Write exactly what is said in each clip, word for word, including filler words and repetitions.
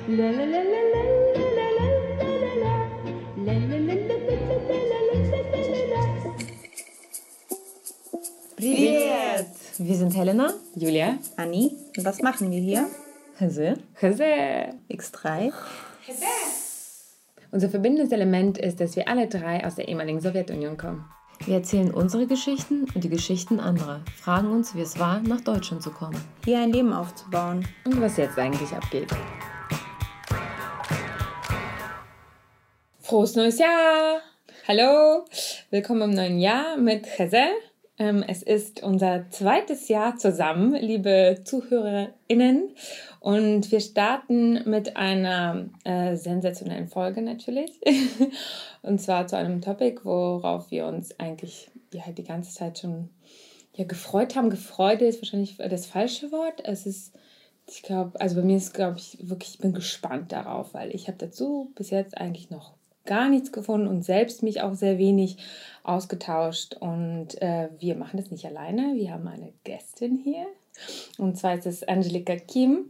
Привет! Wir sind Helena, Julia, Anni. Und was machen wir hier? Hase, Hase. X drei. Hase. Unser verbindendes Element ist, dass wir alle drei aus der ehemaligen Sowjetunion kommen. Wir erzählen unsere Geschichten und die Geschichten anderer, fragen uns, wie es war, nach Deutschland zu kommen. Hier ein Leben aufzubauen. Und was jetzt eigentlich abgeht. Frohes neues Jahr! Hallo! Willkommen im neuen Jahr mit Hase. Es ist unser zweites Jahr zusammen, liebe ZuhörerInnen. Und wir starten mit einer äh, sensationellen Folge natürlich. Und zwar zu einem Topic, worauf wir uns eigentlich ja, die ganze Zeit schon ja, gefreut haben. Gefreut ist wahrscheinlich das falsche Wort. Es ist, ich glaube, also bei mir ist, glaube ich, wirklich, ich bin gespannt darauf, weil ich habe dazu bis jetzt eigentlich noch gar nichts gefunden und selbst mich auch sehr wenig ausgetauscht. Und äh, wir machen das nicht alleine. Wir haben eine Gästin hier. Und zwar ist es Angelika Kim.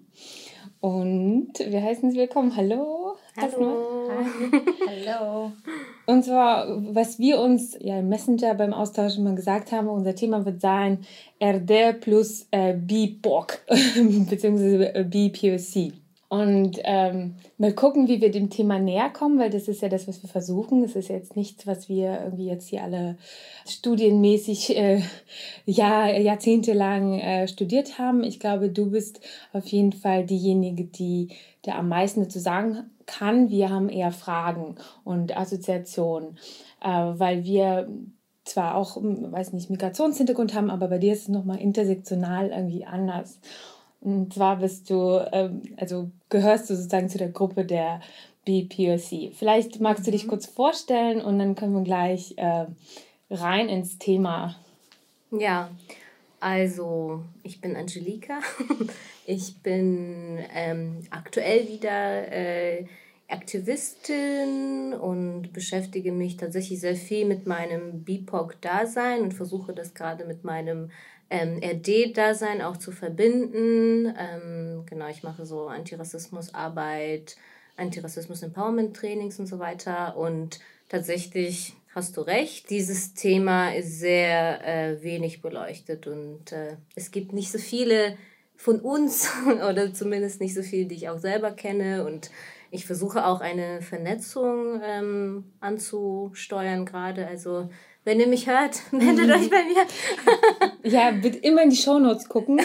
Und wir heißen sie willkommen. Hallo. Hallo. Hallo. Und zwar, was wir uns ja im Messenger beim Austausch immer gesagt haben, unser Thema wird sein R D plus äh, B P O C beziehungsweise B P O C. Und ähm, mal gucken, wie wir dem Thema näher kommen, weil das ist ja das, was wir versuchen. Das ist jetzt nichts, was wir irgendwie jetzt hier alle studienmäßig äh, Jahr, jahrzehntelang äh, studiert haben. Ich glaube, du bist auf jeden Fall diejenige, die da am meisten dazu sagen kann. Wir haben eher Fragen und Assoziationen, äh, weil wir zwar auch, weiß nicht, Migrationshintergrund haben, aber bei dir ist es nochmal intersektional irgendwie anders. Und zwar bist du, ähm, also gehörst du sozusagen zu der Gruppe der B P O C. Vielleicht magst du dich kurz vorstellen und dann können wir gleich äh, rein ins Thema. Ja, also ich bin Angelika. Ich bin ähm, aktuell wieder äh, Aktivistin und beschäftige mich tatsächlich sehr viel mit meinem B P O C-Dasein und versuche das gerade mit meinem ähm, R D-Dasein auch zu verbinden. Ähm, genau, ich mache so Antirassismusarbeit, Antirassismus-Empowerment-Trainings und so weiter. Und tatsächlich hast du recht, dieses Thema ist sehr äh, wenig beleuchtet und äh, es gibt nicht so viele von uns oder zumindest nicht so viele, die ich auch selber kenne, und ich versuche auch eine Vernetzung ähm, anzusteuern gerade. Also wenn ihr mich hört, meldet mhm. euch bei mir. Ja, bitte immer in die Shownotes gucken.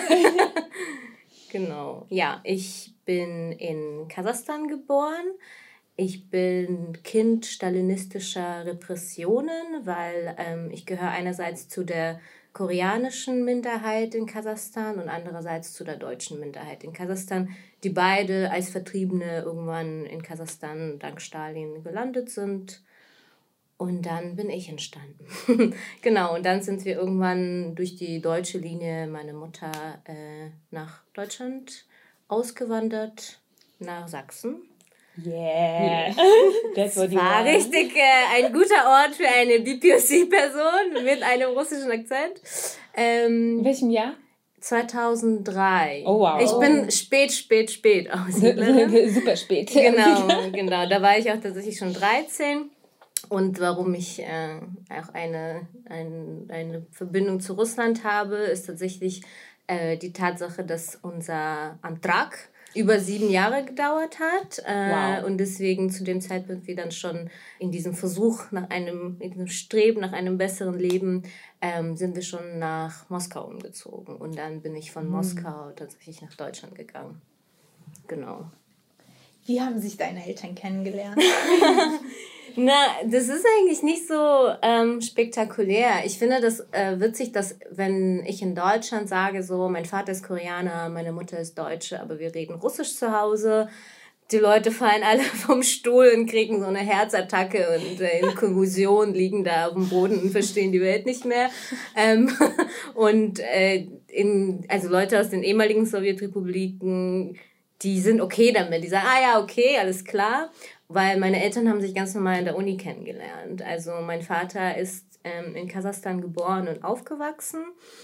Genau. Ja, ich bin in Kasachstan geboren. Ich bin Kind stalinistischer Repressionen, weil ähm, ich gehöre einerseits zu der koreanischen Minderheit in Kasachstan und andererseits zu der deutschen Minderheit in Kasachstan, die beide als Vertriebene irgendwann in Kasachstan dank Stalin gelandet sind. Und dann bin ich entstanden. Genau, und dann sind wir irgendwann durch die deutsche Linie, meine Mutter, äh, nach Deutschland ausgewandert, nach Sachsen. Yeah. Das war richtig äh, ein guter Ort für eine B P O C-Person mit einem russischen Akzent. Ähm, In welchem Jahr? zweitausenddrei. Oh wow. Ich bin spät, spät, spät Aussiedlerin. Super spät. Genau, genau. Da war ich auch tatsächlich schon dreizehn. Und warum ich äh, auch eine, ein, eine Verbindung zu Russland habe, ist tatsächlich äh, die Tatsache, dass unser Antrag über sieben Jahre gedauert hat. Äh, wow. Und deswegen zu dem Zeitpunkt wir dann schon in diesem Versuch nach einem, in diesem Streben nach einem besseren Leben, ähm, sind wir schon nach Moskau umgezogen. Und dann bin ich von mhm. Moskau tatsächlich nach Deutschland gegangen. Genau. Wie haben sich deine Eltern kennengelernt? Na, das ist eigentlich nicht so ähm, spektakulär. Ich finde das äh, witzig, dass wenn ich in Deutschland sage, so, mein Vater ist Koreaner, meine Mutter ist Deutsche, aber wir reden Russisch zu Hause, die Leute fallen alle vom Stuhl und kriegen so eine Herzattacke und äh, in Konvulsion liegen da auf dem Boden und verstehen die Welt nicht mehr. Ähm, und äh, in, also Leute aus den ehemaligen Sowjetrepubliken, die sind okay damit. Die sagen, ah ja, okay, alles klar. Weil meine Eltern haben sich ganz normal in der Uni kennengelernt. Also mein Vater ist ähm, in Kasachstan geboren und aufgewachsen.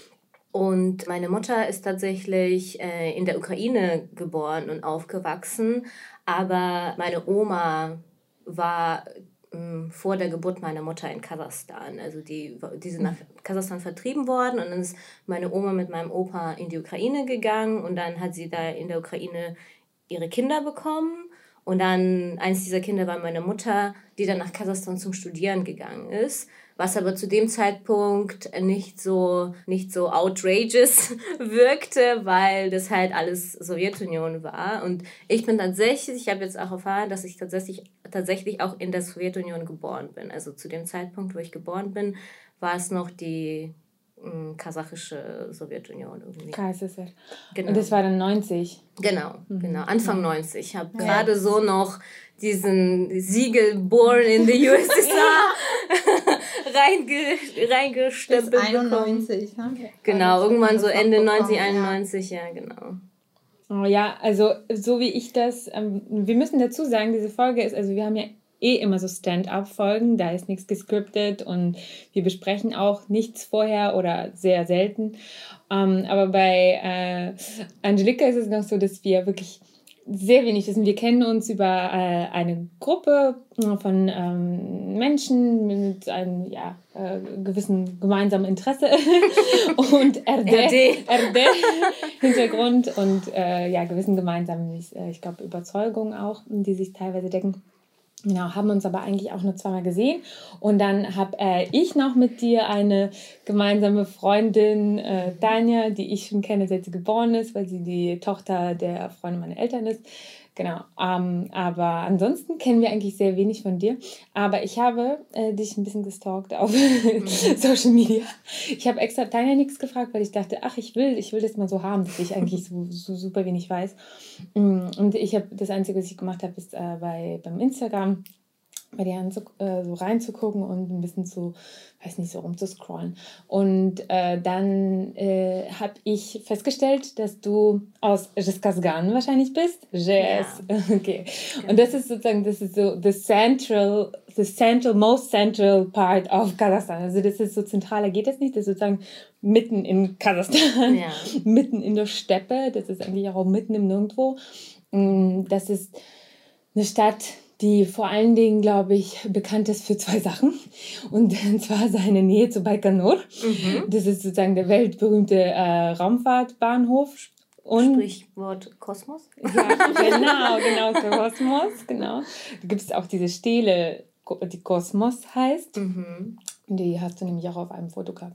Und meine Mutter ist tatsächlich äh, in der Ukraine geboren und aufgewachsen, aber meine Oma war mh, vor der Geburt meiner Mutter in Kasachstan. Also die, die sind nach Kasachstan vertrieben worden und dann ist meine Oma mit meinem Opa in die Ukraine gegangen und dann hat sie da in der Ukraine ihre Kinder bekommen. Und dann, eins dieser Kinder war meine Mutter, die dann nach Kasachstan zum Studieren gegangen ist. Was aber zu dem Zeitpunkt nicht so, nicht so outrageous wirkte, weil das halt alles Sowjetunion war. Und ich bin tatsächlich, ich habe jetzt auch erfahren, dass ich tatsächlich, tatsächlich auch in der Sowjetunion geboren bin. Also zu dem Zeitpunkt, wo ich geboren bin, war es noch die mh, kasachische Sowjetunion irgendwie. K S S R. Genau. Und das war dann neunzig. Genau, genau. Anfang neunzig. Ich habe Ja. gerade so noch diesen Siegel Born in the U S S R reinge, reingestempelt Bis bekommen. einundneunzig. Ne? Genau, irgendwann so Das Ende noch neunzig, bekommen, ja. einundneunzig, ja, genau. Oh ja, also so wie ich das, ähm, wir müssen dazu sagen, diese Folge ist, also wir haben ja eh immer so Stand-up-Folgen, da ist nichts gescriptet und wir besprechen auch nichts vorher oder sehr selten. Ähm, aber bei äh, Angelika ist es noch so, dass wir wirklich sehr wenig wissen. Wir kennen uns über äh, eine Gruppe von ähm, Menschen mit einem ja, äh, gewissen gemeinsamen Interesse und R D, R D. R D-Hintergrund und äh, ja, gewissen gemeinsamen, äh, ich glaube, Überzeugungen auch, die sich teilweise decken. Genau, haben uns aber eigentlich auch nur zweimal gesehen. Und dann habe äh, ich noch mit dir eine gemeinsame Freundin, äh, Tanja, die ich schon kenne, seit sie geboren ist, weil sie die Tochter der Freundin meiner Eltern ist. Genau, ähm, aber ansonsten kennen wir eigentlich sehr wenig von dir. Aber ich habe äh, dich ein bisschen gestalkt auf mhm. Social Media. Ich habe extra Tanja nichts gefragt, weil ich dachte, ach, ich will, ich will das mal so haben, dass ich eigentlich so, so super wenig weiß. Und ich habe das Einzige, was ich gemacht habe, ist äh, bei, beim Instagram bei dir anzu, äh, so reinzugucken und ein bisschen zu, weiß nicht, so rumzuscrollen. Und äh, dann äh, habe ich festgestellt, dass du aus Jyskazgan wahrscheinlich bist. Jazz. Ja. Okay. Und das ist sozusagen, das ist so the central, the central, most central part of Kasachstan. Also das ist so zentraler geht das nicht. Das ist sozusagen mitten in Kasachstan, ja. mitten in der Steppe. Das ist eigentlich auch mitten im Nirgendwo. Das ist eine Stadt, die vor allen Dingen, glaube ich, bekannt ist für zwei Sachen. Und zwar seine Nähe zu Baikonur. Mhm. Das ist sozusagen der weltberühmte äh, Raumfahrtbahnhof. Und Sprichwort Kosmos? Ja, genau, genau, Kosmos, genau. Da gibt es auch diese Stele, die Kosmos heißt. Mhm. Die hast du nämlich auch auf einem Foto gehabt.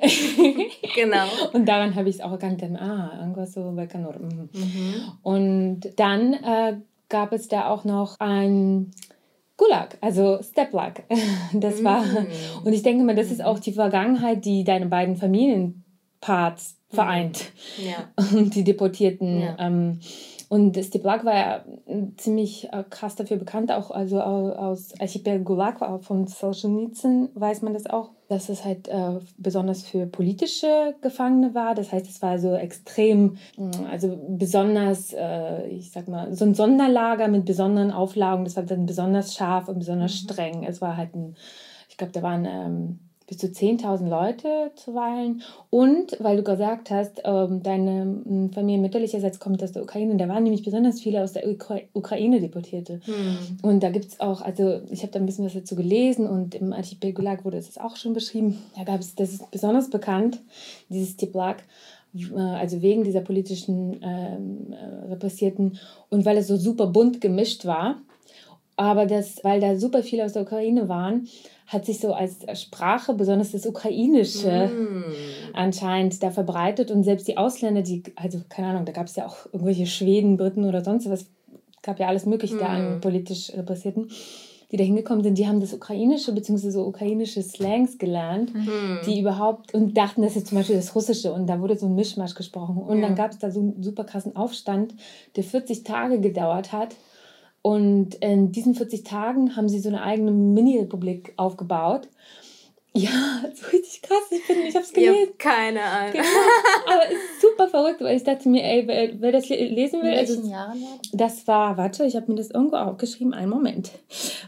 Genau. Und daran habe ich es auch erkannt. Ah, irgendwas so Baikonur. Mhm. Mhm. Und dann äh, gab es da auch noch ein Gulag, also Steplag. Das mm. war, und ich denke mal, das ist auch die Vergangenheit, die deine beiden Familienparts vereint. Ja. Und die Deportierten. Ja. Ähm, und Steplag war ja ziemlich äh, krass dafür bekannt, auch also aus Archipel Gulag, von Solzhenitsyn weiß man das auch, dass es halt äh, besonders für politische Gefangene war. Das heißt, es war so extrem, also besonders, äh, ich sag mal, so ein Sonderlager mit besonderen Auflagen. Das war dann besonders scharf und besonders mhm. streng. Es war halt ein, ich glaube, da waren ähm, bis zu zehntausend Leute zuweilen. Und, weil du gesagt hast, ähm, deine Familie mütterlicherseits kommt aus der Ukraine, da waren nämlich besonders viele aus der Ukra- Ukraine Deportierte. Hm. Und da gibt es auch, also ich habe da ein bisschen was dazu gelesen und im Archipel Gulag wurde das auch schon beschrieben. Da gab es, das ist besonders bekannt, dieses Steplag, also wegen dieser politischen ähm, Repressierten und weil es so super bunt gemischt war. Aber das, weil da super viele aus der Ukraine waren, hat sich so als Sprache, besonders das Ukrainische, mm. anscheinend da verbreitet. Und selbst die Ausländer, die, also keine Ahnung, da gab es ja auch irgendwelche Schweden, Briten oder sonst was, gab ja alles Mögliche mm. da an politisch Repressierten, die da hingekommen sind, die haben das Ukrainische bzw. so ukrainische Slangs gelernt, mm. die überhaupt, und dachten, das ist zum Beispiel das Russische. Und da wurde so ein Mischmasch gesprochen. Und ja. dann gab es da so einen super krassen Aufstand, der vierzig Tage gedauert hat. Und in diesen vierzig Tagen haben sie so eine eigene Mini-Republik aufgebaut. Ja, so richtig krass. Ich, bin, ich habe es gelesen. Ich habe keine Ahnung. Genau. Aber es ist super verrückt, weil ich dachte mir, ey, wer, wer das lesen will. In welchen also, Jahren war das? Das war, warte, ich habe mir das irgendwo aufgeschrieben. Einen Moment.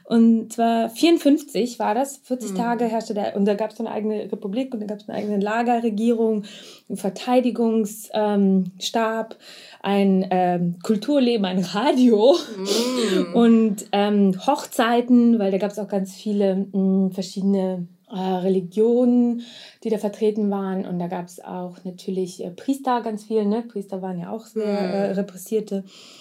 Und zwar vierundfünfzig war das, vierzig Mhm. Tage herrschte der, und da gab es eine eigene Republik und da gab es eine eigene Lagerregierung, einen Verteidigungsstab, ähm, Stab, ein ähm, Kulturleben, ein Radio Mhm. und ähm, Hochzeiten, weil da gab es auch ganz viele mh, verschiedene äh, Religionen, die da vertreten waren. Und da gab es auch natürlich äh, Priester, ganz viele. Ne? Priester waren ja auch sehr äh, repressierte.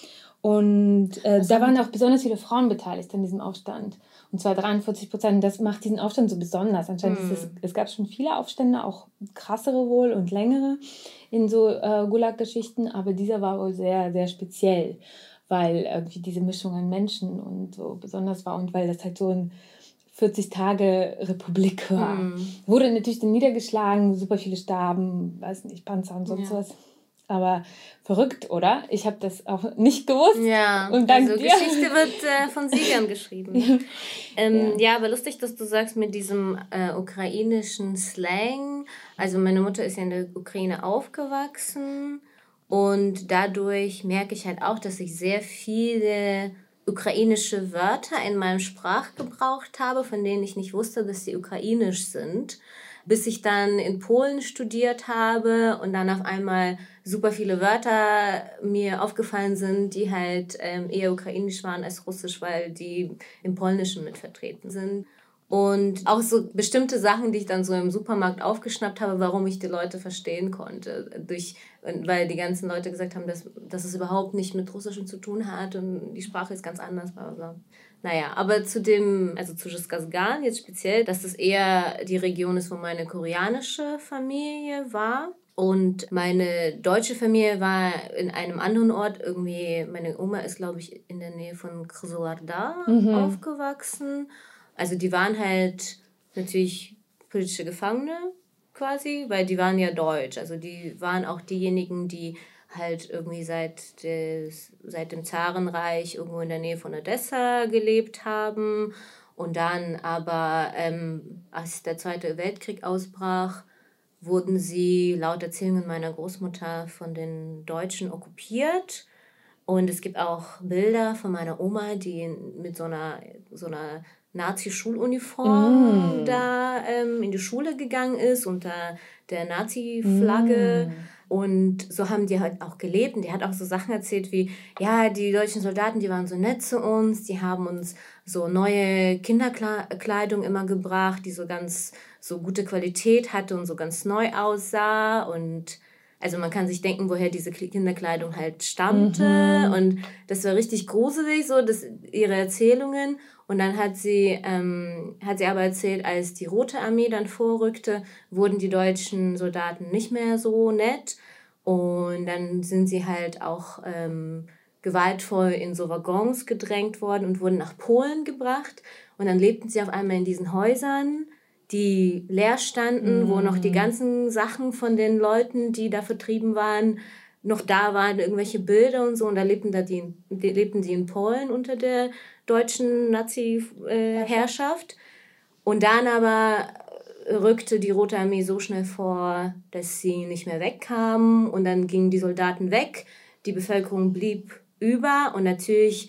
Und äh, da waren auch besonders viele Frauen beteiligt an diesem Aufstand. Und zwar dreiundvierzig Prozent. Das macht diesen Aufstand so besonders. Anscheinend ist es, es gab schon viele Aufstände, auch krassere wohl und längere in so äh, Gulag-Geschichten. Aber dieser war wohl sehr, sehr speziell, weil irgendwie diese Mischung an Menschen und so besonders war und weil das halt so ein vierzig Tage Republik war. Mhm. Wurde natürlich dann niedergeschlagen, super viele starben, weiß nicht, Panzer und sonst Ja. was. Aber verrückt, oder? Ich habe das auch nicht gewusst. Ja, Und dank also dir. Geschichte wird äh, von Siegern geschrieben. ähm, ja. ja, aber lustig, dass du sagst mit diesem äh, ukrainischen Slang. Also meine Mutter ist ja in der Ukraine aufgewachsen und dadurch merke ich halt auch, dass ich sehr viele ukrainische Wörter in meinem Sprachgebrauch habe, von denen ich nicht wusste, dass sie ukrainisch sind. Bis ich dann in Polen studiert habe und dann auf einmal super viele Wörter mir aufgefallen sind, die halt ähm, eher ukrainisch waren als russisch, weil die im Polnischen mit vertreten sind. Und auch so bestimmte Sachen, die ich dann so im Supermarkt aufgeschnappt habe, warum ich die Leute verstehen konnte. Durch, weil die ganzen Leute gesagt haben, dass, dass es überhaupt nicht mit Russischem zu tun hat und die Sprache ist ganz anders. Bla bla bla. Naja, aber zu dem, also zu Jyskazgan jetzt speziell, dass das eher die Region ist, wo meine koreanische Familie war. Und meine deutsche Familie war in einem anderen Ort irgendwie, meine Oma ist, glaube ich, in der Nähe von Krasnodar Mhm. aufgewachsen. Also die waren halt natürlich politische Gefangene quasi, weil die waren ja deutsch. Also die waren auch diejenigen, die halt irgendwie seit, des, seit dem Zarenreich irgendwo in der Nähe von Odessa gelebt haben. Und dann aber, ähm, als der Zweite Weltkrieg ausbrach, wurden sie laut Erzählungen meiner Großmutter von den Deutschen okkupiert. Und es gibt auch Bilder von meiner Oma, die mit so einer, so einer Nazi-Schuluniform Mm. da ähm, in die Schule gegangen ist, unter der Nazi-Flagge. Mm. Und so haben die halt auch gelebt. Und die hat auch so Sachen erzählt wie, ja, die deutschen Soldaten, die waren so nett zu uns. Die haben uns so neue Kinderkleidung immer gebracht, die so ganz so gute Qualität hatte und so ganz neu aussah. Und also man kann sich denken, woher diese Kinderkleidung halt stammte. Mhm. Und das war richtig gruselig, so das, ihre Erzählungen. Und dann hat sie, ähm, hat sie aber erzählt, als die Rote Armee dann vorrückte, wurden die deutschen Soldaten nicht mehr so nett. Und dann sind sie halt auch ähm, gewaltvoll in so Waggons gedrängt worden und wurden nach Polen gebracht. Und dann lebten sie auf einmal in diesen Häusern, die leer standen, mm. wo noch die ganzen Sachen von den Leuten, die da vertrieben waren, noch da waren, irgendwelche Bilder und so. Und da lebten, da die, die, lebten die in Polen unter der deutschen Nazi-Herrschaft. Äh, und dann aber rückte die Rote Armee so schnell vor, dass sie nicht mehr wegkamen. Und dann gingen die Soldaten weg, die Bevölkerung blieb über. Und natürlich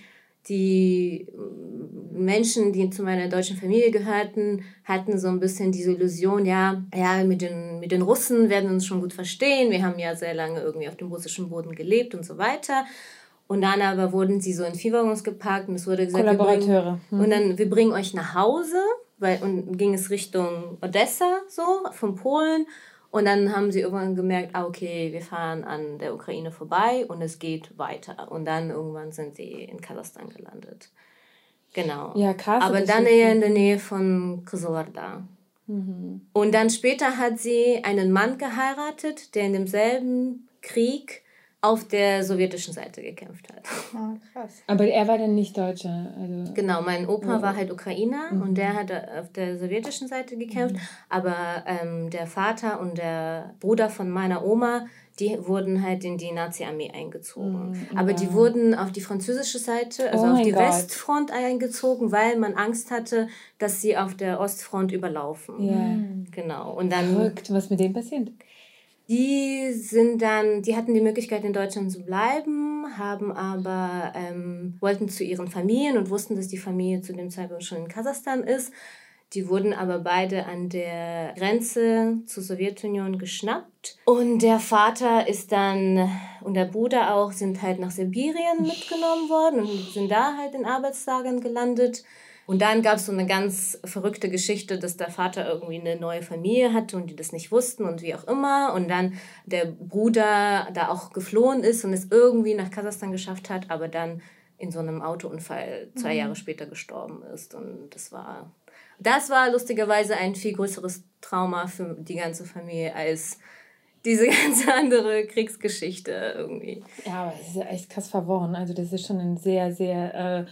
die Menschen, die zu meiner deutschen Familie gehörten, hatten so ein bisschen diese Illusion, ja, ja mit, den, mit den Russen werden wir uns schon gut verstehen. Wir haben ja sehr lange irgendwie auf dem russischen Boden gelebt und so weiter. Und dann aber wurden sie so in Viehwaggons gepackt und es wurde gesagt, Kollaborateure. Wir bringen, und dann, wir bringen euch nach Hause, weil, und ging es Richtung Odessa, so, von Polen. Und dann haben sie irgendwann gemerkt, ah, okay, wir fahren an der Ukraine vorbei und es geht weiter. Und dann irgendwann sind sie in Kasachstan gelandet. Genau. Ja, krass. Aber dann eher in der Nähe von Krasnodar. Mhm. Und dann später hat sie einen Mann geheiratet, der in demselben Krieg auf der sowjetischen Seite gekämpft hat. Oh, krass. Aber er war dann nicht Deutscher. Also Genau, mein Opa oh. war halt Ukrainer Mhm. und der hat auf der sowjetischen Seite gekämpft. Mhm. Aber ähm, der Vater und der Bruder von meiner Oma, die wurden halt in die Nazi-Armee eingezogen. Mhm. Aber Ja. die wurden auf die französische Seite, also Oh auf mein die Gott. Westfront eingezogen, weil man Angst hatte, dass sie auf der Ostfront überlaufen. Ja. Genau. Und dann Verrückt. Was mit dem passiert? Die sind dann, die hatten die Möglichkeit, in Deutschland zu bleiben, haben aber, ähm, wollten zu ihren Familien und wussten, dass die Familie zu dem Zeitpunkt schon in Kasachstan ist. Die wurden aber beide an der Grenze zur Sowjetunion geschnappt. Und der Vater ist dann, und der Bruder auch, sind halt nach Sibirien mitgenommen worden und sind da halt in Arbeitslagern gelandet. Und dann gab es so eine ganz verrückte Geschichte, dass der Vater irgendwie eine neue Familie hatte und die das nicht wussten und wie auch immer. Und dann der Bruder da auch geflohen ist und es irgendwie nach Kasachstan geschafft hat, aber dann in so einem Autounfall zwei mhm. Jahre später gestorben ist. Und das war, das war lustigerweise ein viel größeres Trauma für die ganze Familie als diese ganze andere Kriegsgeschichte irgendwie. Ja, aber es ist ja echt krass verworren. Also das ist schon ein sehr, sehr... Äh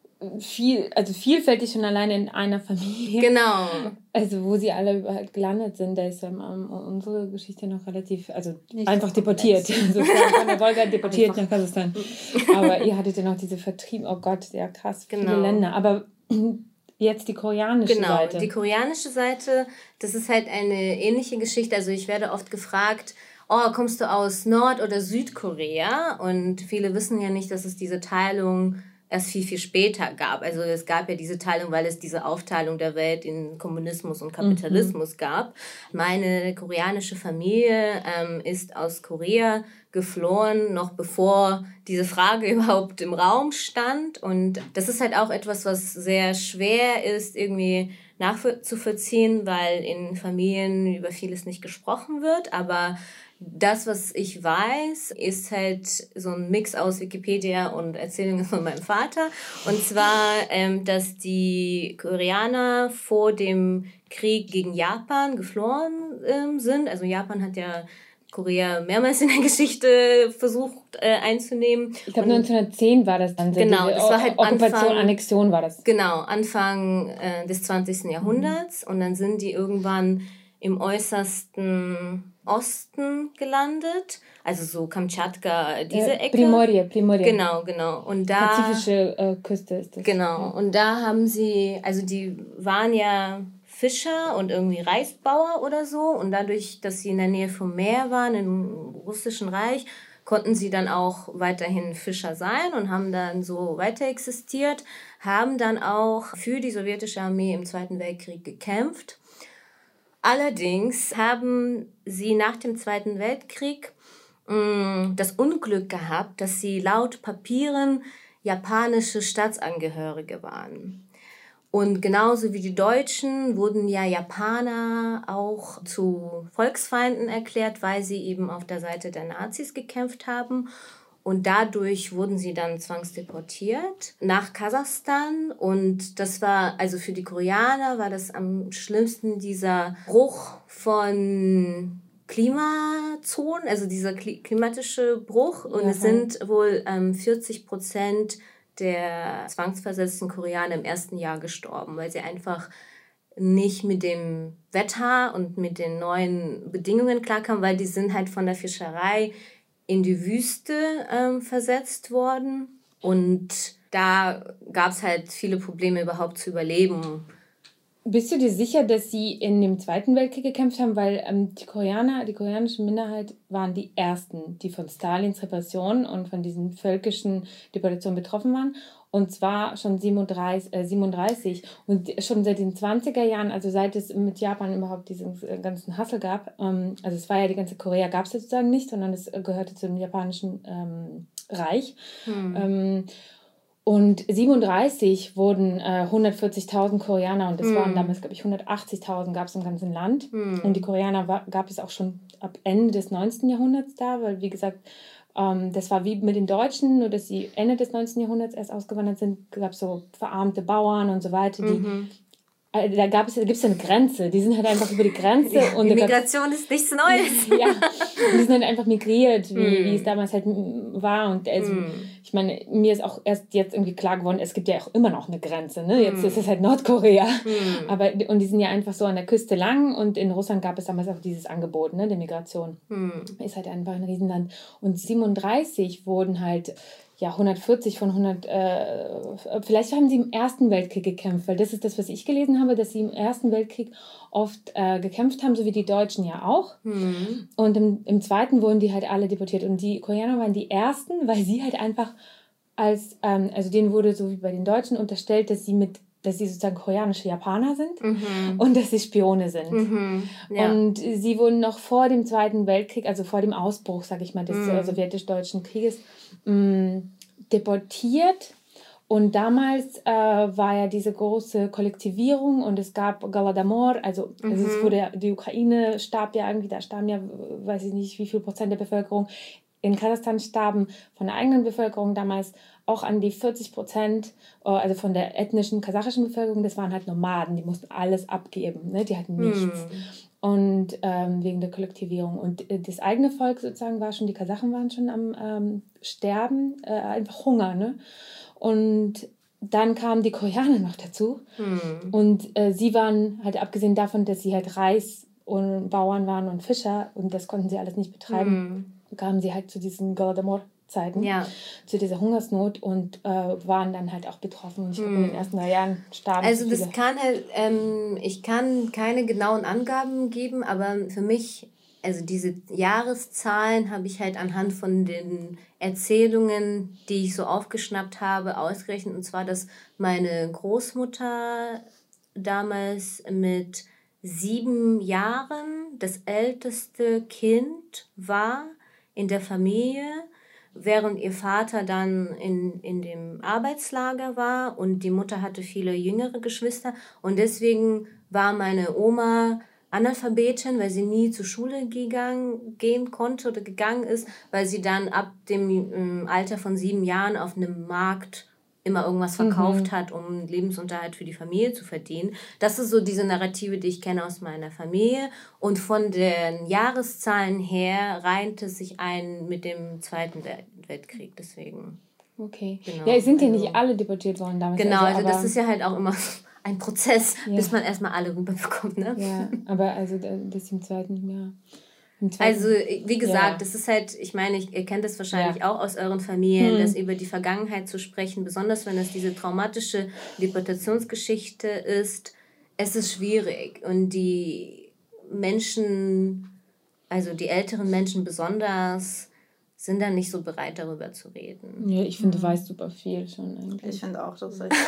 viel, also vielfältig schon alleine in einer Familie. Genau. Also wo sie alle halt gelandet sind, da ist ähm, unsere Geschichte noch relativ, also nicht einfach so deportiert. Sozusagen von der Wolga deportiert nach Kasachstan. Aber ihr hattet ja noch diese Vertrieb, oh Gott, ja krass, viele genau. Länder. Aber jetzt die koreanische genau, Seite. Genau, die koreanische Seite, das ist halt eine ähnliche Geschichte. Also ich werde oft gefragt, oh, kommst du aus Nord- oder Südkorea? Und viele wissen ja nicht, dass es diese Teilung erst viel, viel später gab. Also es gab ja diese Teilung, weil es diese Aufteilung der Welt in Kommunismus und Kapitalismus mhm. gab. Meine koreanische Familie ähm, ist aus Korea geflohen, noch bevor diese Frage überhaupt im Raum stand. Und das ist halt auch etwas, was sehr schwer ist, irgendwie nachzuvollziehen, weil in Familien über vieles nicht gesprochen wird. Aber das, was ich weiß, ist halt so ein Mix aus Wikipedia und Erzählungen von meinem Vater. Und zwar, ähm, dass die Koreaner vor dem Krieg gegen Japan geflohen ähm, sind. Also Japan hat ja Korea mehrmals in der Geschichte versucht äh, einzunehmen. Ich glaube neunzehnhundertzehn war das dann. Genau, das war halt Okkupation, Anfang, Annexion war das. Genau, Anfang äh, des zwanzigsten Jahrhunderts. Mhm. Und dann sind die irgendwann im äußersten Osten gelandet, also so Kamtschatka, diese Ecke. Primorje, Primorje. Genau, genau. Und da pazifische äh, Küste ist das. Genau. Und da haben sie, also die waren ja Fischer und irgendwie Reisbauer oder so. Und dadurch, dass sie in der Nähe vom Meer waren, im Russischen Reich, konnten sie dann auch weiterhin Fischer sein und haben dann so weiter existiert, haben dann auch für die sowjetische Armee im Zweiten Weltkrieg gekämpft. Allerdings haben sie nach dem Zweiten Weltkrieg mh, das Unglück gehabt, dass sie laut Papieren japanische Staatsangehörige waren. Und genauso wie die Deutschen wurden ja Japaner auch zu Volksfeinden erklärt, weil sie eben auf der Seite der Nazis gekämpft haben. Und dadurch wurden sie dann zwangsdeportiert nach Kasachstan. Und das war, also für die Koreaner war das am schlimmsten dieser Bruch von Klimazonen, also dieser klimatische Bruch. Und ja, es sind wohl ähm, vierzig Prozent der zwangsversetzten Koreaner im ersten Jahr gestorben, weil sie einfach nicht mit dem Wetter und mit den neuen Bedingungen klarkamen, weil die sind halt von der Fischerei in die Wüste ähm, versetzt worden. Und da gab es halt viele Probleme, überhaupt zu überleben. Bist du dir sicher, dass sie in dem Zweiten Weltkrieg gekämpft haben? Weil ähm, die Koreaner, die koreanische Minderheit waren die Ersten, die von Stalins Repression und von diesen völkischen Deportationen betroffen waren. Und zwar schon siebenunddreißig, äh, siebenunddreißig. Und schon seit den zwanziger Jahren, also seit es mit Japan überhaupt diesen ganzen Hassel gab, ähm, also es war ja die ganze Korea, gab es sozusagen nicht, sondern es gehörte zu dem japanischen ähm, Reich. Hm. Ähm, und siebenunddreißig wurden äh, hundertvierzigtausend Koreaner, und das mm. waren damals, glaube ich, hundertachtzigtausend gab es im ganzen Land. Mm. Und die Koreaner war, gab es auch schon ab Ende des neunzehnten Jahrhunderts da, weil, wie gesagt, ähm, das war wie mit den Deutschen, nur dass sie Ende des neunzehnten Jahrhunderts erst ausgewandert sind, gab es so verarmte Bauern und so weiter, die... Mm-hmm. Da gab es, gibt es eine Grenze. Die sind halt einfach über die Grenze. Ja, und die Migration ist nichts Neues. Ja, und die sind halt einfach migriert, wie, mm. wie es damals halt war. Und also, mm. ich meine, mir ist auch erst jetzt irgendwie klar geworden, es gibt ja auch immer noch eine Grenze. Ne? Jetzt mm. ist es halt Nordkorea. Mm. Aber, und die sind ja einfach so an der Küste lang. Und in Russland gab es damals auch dieses Angebot, ne, der Migration. Mm. Ist halt einfach ein Riesenland. Und siebenunddreißig wurden halt ja, hundertvierzig von hundert, äh, vielleicht haben sie im Ersten Weltkrieg gekämpft, weil das ist das, was ich gelesen habe, dass sie im Ersten Weltkrieg oft äh, gekämpft haben, so wie die Deutschen ja auch. Mhm. Und im, im Zweiten wurden die halt alle deportiert. Und die Koreaner waren die Ersten, weil sie halt einfach als, ähm, also denen wurde so wie bei den Deutschen unterstellt, dass sie mit dass sie sozusagen koreanische Japaner sind Mhm. und dass sie Spione sind. Mhm. Ja. Und sie wurden noch vor dem Zweiten Weltkrieg, also vor dem Ausbruch, sage ich mal, des Mhm. sowjetisch-deutschen Krieges, mh, deportiert. Und damals äh, war ja diese große Kollektivierung und es gab Golodomor, also, Mhm. also es wurde, die Ukraine starb ja irgendwie, da starben ja, weiß ich nicht, wie viel Prozent der Bevölkerung. In Kasachstan starben von der eigenen Bevölkerung damals auch an die vierzig Prozent, also von der ethnischen kasachischen Bevölkerung, das waren halt Nomaden, die mussten alles abgeben, ne? Die hatten nichts. Mhm. Und ähm, wegen der Kollektivierung. Und äh, das eigene Volk sozusagen war schon, die Kasachen waren schon am ähm, Sterben, äh, einfach Hunger. Ne? Und dann kamen die Koreaner noch dazu. Mhm. Und äh, sie waren halt, abgesehen davon, dass sie halt Reis und Bauern waren und Fischer und das konnten sie alles nicht betreiben, Mhm. kamen sie halt zu diesen Golodomor-Zeiten, Ja. zu dieser Hungersnot und äh, waren dann halt auch betroffen. Und ich glaube, in den ersten drei Jahren starben Also so das viele. kann halt, ähm, ich kann keine genauen Angaben geben, aber für mich, also diese Jahreszahlen habe ich halt anhand von den Erzählungen, die ich so aufgeschnappt habe, ausgerechnet. Und zwar, dass meine Großmutter damals mit sieben Jahren das älteste Kind war in der Familie, während ihr Vater dann in, in dem Arbeitslager war und die Mutter hatte viele jüngere Geschwister. Und deswegen war meine Oma Analphabetin, weil sie nie zur Schule gegangen, gehen konnte oder gegangen ist, weil sie dann ab dem ähm, Alter von sieben Jahren auf einem Markt immer irgendwas verkauft Mhm. hat, um Lebensunterhalt für die Familie zu verdienen. Das ist so diese Narrative, die ich kenne aus meiner Familie. Und von den Jahreszahlen her reiht es sich ein mit dem Zweiten Wel- Weltkrieg. Deswegen. Okay. Genau. Ja, es sind ja Also- nicht alle deportiert worden damals. Genau, also, aber, das ist ja halt auch immer ein Prozess, Ja. bis man erstmal alle rüberbekommt. Ne? Ja, aber also da- das im zweiten Jahr. Im zweiten, Also, wie gesagt, Ja. das ist halt, ich meine, ich, ihr kennt das wahrscheinlich Ja. auch aus euren Familien, Hm. dass über die Vergangenheit zu sprechen, besonders wenn es diese traumatische Deportationsgeschichte ist, es ist schwierig. Und die Menschen, also die älteren Menschen besonders, sind dann nicht so bereit, darüber zu reden. ja, ich finde, du weißt super viel schon eigentlich. Ich finde auch, dass ich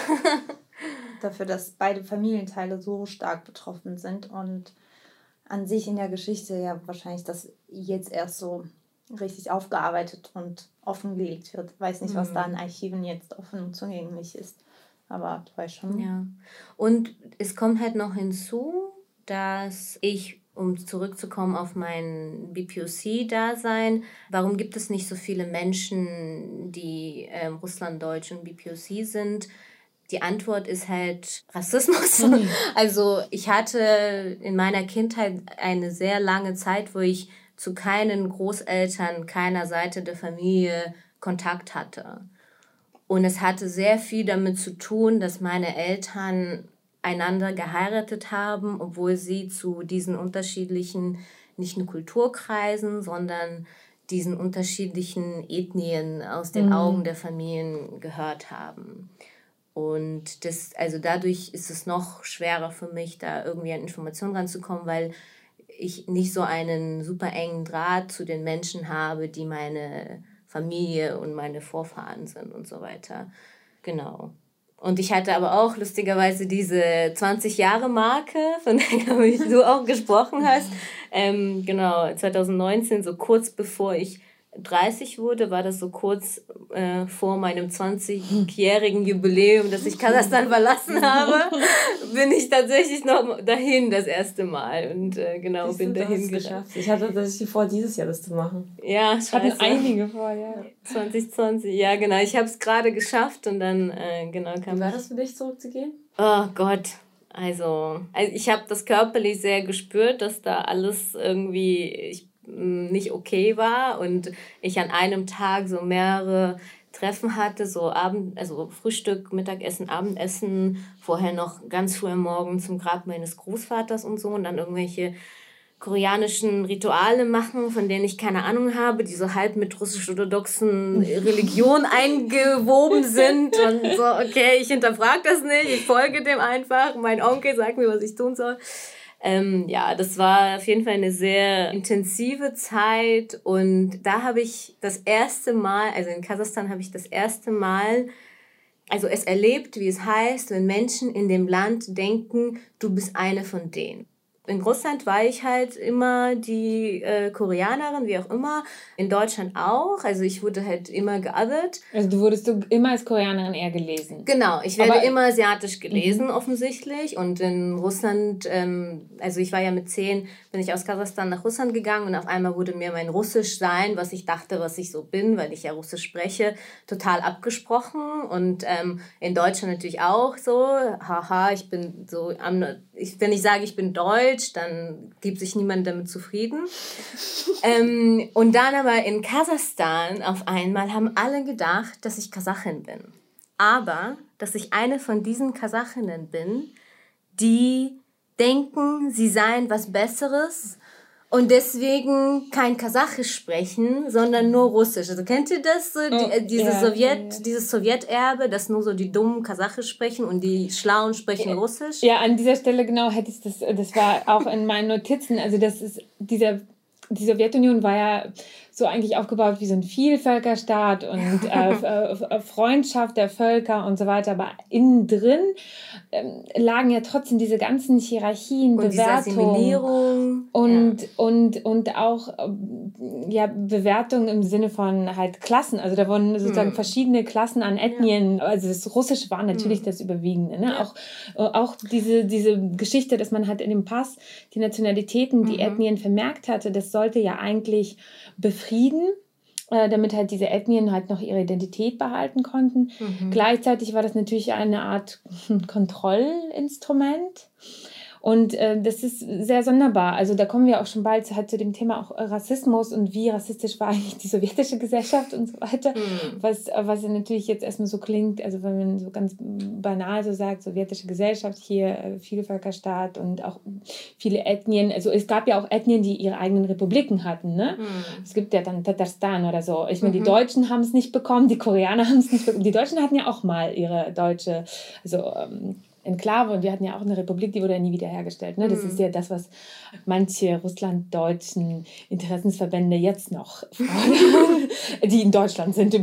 dafür, dass beide Familienteile so stark betroffen sind und an sich in der Geschichte ja wahrscheinlich das jetzt erst so richtig aufgearbeitet und offengelegt wird. Ich weiß nicht, was da in Archiven jetzt offen und zugänglich ist, aber du weißt schon. Ja. Und es kommt halt noch hinzu, dass ich, um zurückzukommen auf mein B P O C-Dasein, warum gibt es nicht so viele Menschen, die ähm, Russlanddeutsch und B P O C sind? Die Antwort ist halt Rassismus. Mhm. Also ich hatte in meiner Kindheit eine sehr lange Zeit, wo ich zu keinen Großeltern, keiner Seite der Familie Kontakt hatte. Und es hatte sehr viel damit zu tun, dass meine Eltern einander geheiratet haben, obwohl sie zu diesen unterschiedlichen, nicht nur Kulturkreisen, sondern diesen unterschiedlichen Ethnien aus den Mhm. Augen der Familien gehört haben. Und das, also dadurch ist es noch schwerer für mich, da irgendwie an Informationen ranzukommen, weil ich nicht so einen super engen Draht zu den Menschen habe, die meine Familie und meine Vorfahren sind und so weiter. Genau. Und ich hatte aber auch lustigerweise diese zwanzig-Jahre-Marke, von der du auch gesprochen hast. Ähm, genau, zwanzig neunzehn, so kurz bevor ich dreißig wurde, war das so kurz äh, vor meinem zwanzigjährigen Jubiläum, dass ich Kasachstan verlassen habe, bin ich tatsächlich noch dahin das erste Mal und äh, genau, Siehst bin du, du dahin hast es gereist. geschafft. Ich hatte tatsächlich vor, dieses Jahr das zu machen. Ja, Hatten scheiße. einige vor, ja. zwanzig zwanzig, ja genau, ich habe es gerade geschafft und dann äh, genau kam Wie war ich- das für dich, zurückzugehen? Oh Gott, also, also ich habe das körperlich sehr gespürt, dass da alles irgendwie ich, mh, nicht okay war und ich an einem Tag so mehrere Treffen hatte, so Abend, also Frühstück, Mittagessen, Abendessen, vorher noch ganz früh am Morgen zum Grab meines Großvaters und so und dann irgendwelche koreanischen Rituale machen, von denen ich keine Ahnung habe, die so halb mit russisch-orthodoxen Religion eingewoben sind und so, okay, ich hinterfrage das nicht, ich folge dem einfach, mein Onkel sagt mir, was ich tun soll. Ähm, ja, das war auf jeden Fall eine sehr intensive Zeit und da habe ich das erste Mal, also in Kasachstan habe ich das erste Mal, also es erlebt, wie es heißt, wenn Menschen in dem Land denken, du bist eine von denen. In Russland war ich halt immer die äh, Koreanerin, wie auch immer. In Deutschland auch. Also ich wurde halt immer geothert. Also du wurdest du immer als Koreanerin eher gelesen? Genau, ich werde Aber, immer asiatisch gelesen, mhm. offensichtlich. Und in Russland, ähm, also ich war ja mit zehn, bin ich aus Kasachstan nach Russland gegangen und auf einmal wurde mir mein Russischsein, was ich dachte, was ich so bin, weil ich ja Russisch spreche, total abgesprochen. Und ähm, in Deutschland natürlich auch so. Haha, ich bin so, ich, wenn ich sage, ich bin Deutsch, dann gibt sich niemand damit zufrieden. ähm, und dann aber in Kasachstan auf einmal haben alle gedacht, dass ich Kasachin bin. Aber, dass ich eine von diesen Kasachinnen bin, die denken, sie seien was Besseres und deswegen kein Kasachisch sprechen, sondern nur Russisch. Also kennt ihr das? So, die, oh, diese ja, Sowjet, ja. Dieses Sowjeterbe, dass nur so die Dummen Kasachisch sprechen und die Schlauen sprechen ja, Russisch? Ja, an dieser Stelle genau hätte ich das, das war auch in meinen Notizen, also das ist, dieser, die Sowjetunion war ja so eigentlich aufgebaut wie so ein Vielvölkerstaat und äh, Freundschaft der Völker und so weiter, aber innen drin ähm, lagen ja trotzdem diese ganzen Hierarchien, und Bewertungen und, ja. und, und auch ja, Bewertungen im Sinne von halt Klassen, also da wurden sozusagen hm. verschiedene Klassen an Ethnien, ja. also das Russische war natürlich hm. das Überwiegende, ne? Ja. auch, auch diese, diese Geschichte, dass man halt in dem Pass die Nationalitäten, die mhm. Ethnien vermerkt hatte, das sollte ja eigentlich befrieden, äh, damit halt diese Ethnien halt noch ihre Identität behalten konnten. Mhm. Gleichzeitig war das natürlich eine Art Kontrollinstrument. Und äh, das ist sehr sonderbar. Also da kommen wir auch schon bald halt zu dem Thema auch Rassismus und wie rassistisch war eigentlich die sowjetische Gesellschaft und so weiter. Mhm. Was, was ja natürlich jetzt erstmal so klingt, also wenn man so ganz banal so sagt, sowjetische Gesellschaft, hier äh, Vielvölkerstaat und auch viele Ethnien. Also es gab ja auch Ethnien, die ihre eigenen Republiken hatten. Ne? Mhm. Es gibt ja dann Tatarstan oder so. Ich meine, mhm. die Deutschen haben es nicht bekommen, die Koreaner haben es nicht bekommen. Die Deutschen hatten ja auch mal ihre deutsche, also ähm, Enklave und wir hatten ja auch eine Republik, die wurde ja nie wiederhergestellt. Ne? Das mm. ist ja das, was manche russlanddeutschen Interessensverbände jetzt noch fordern, die in Deutschland sind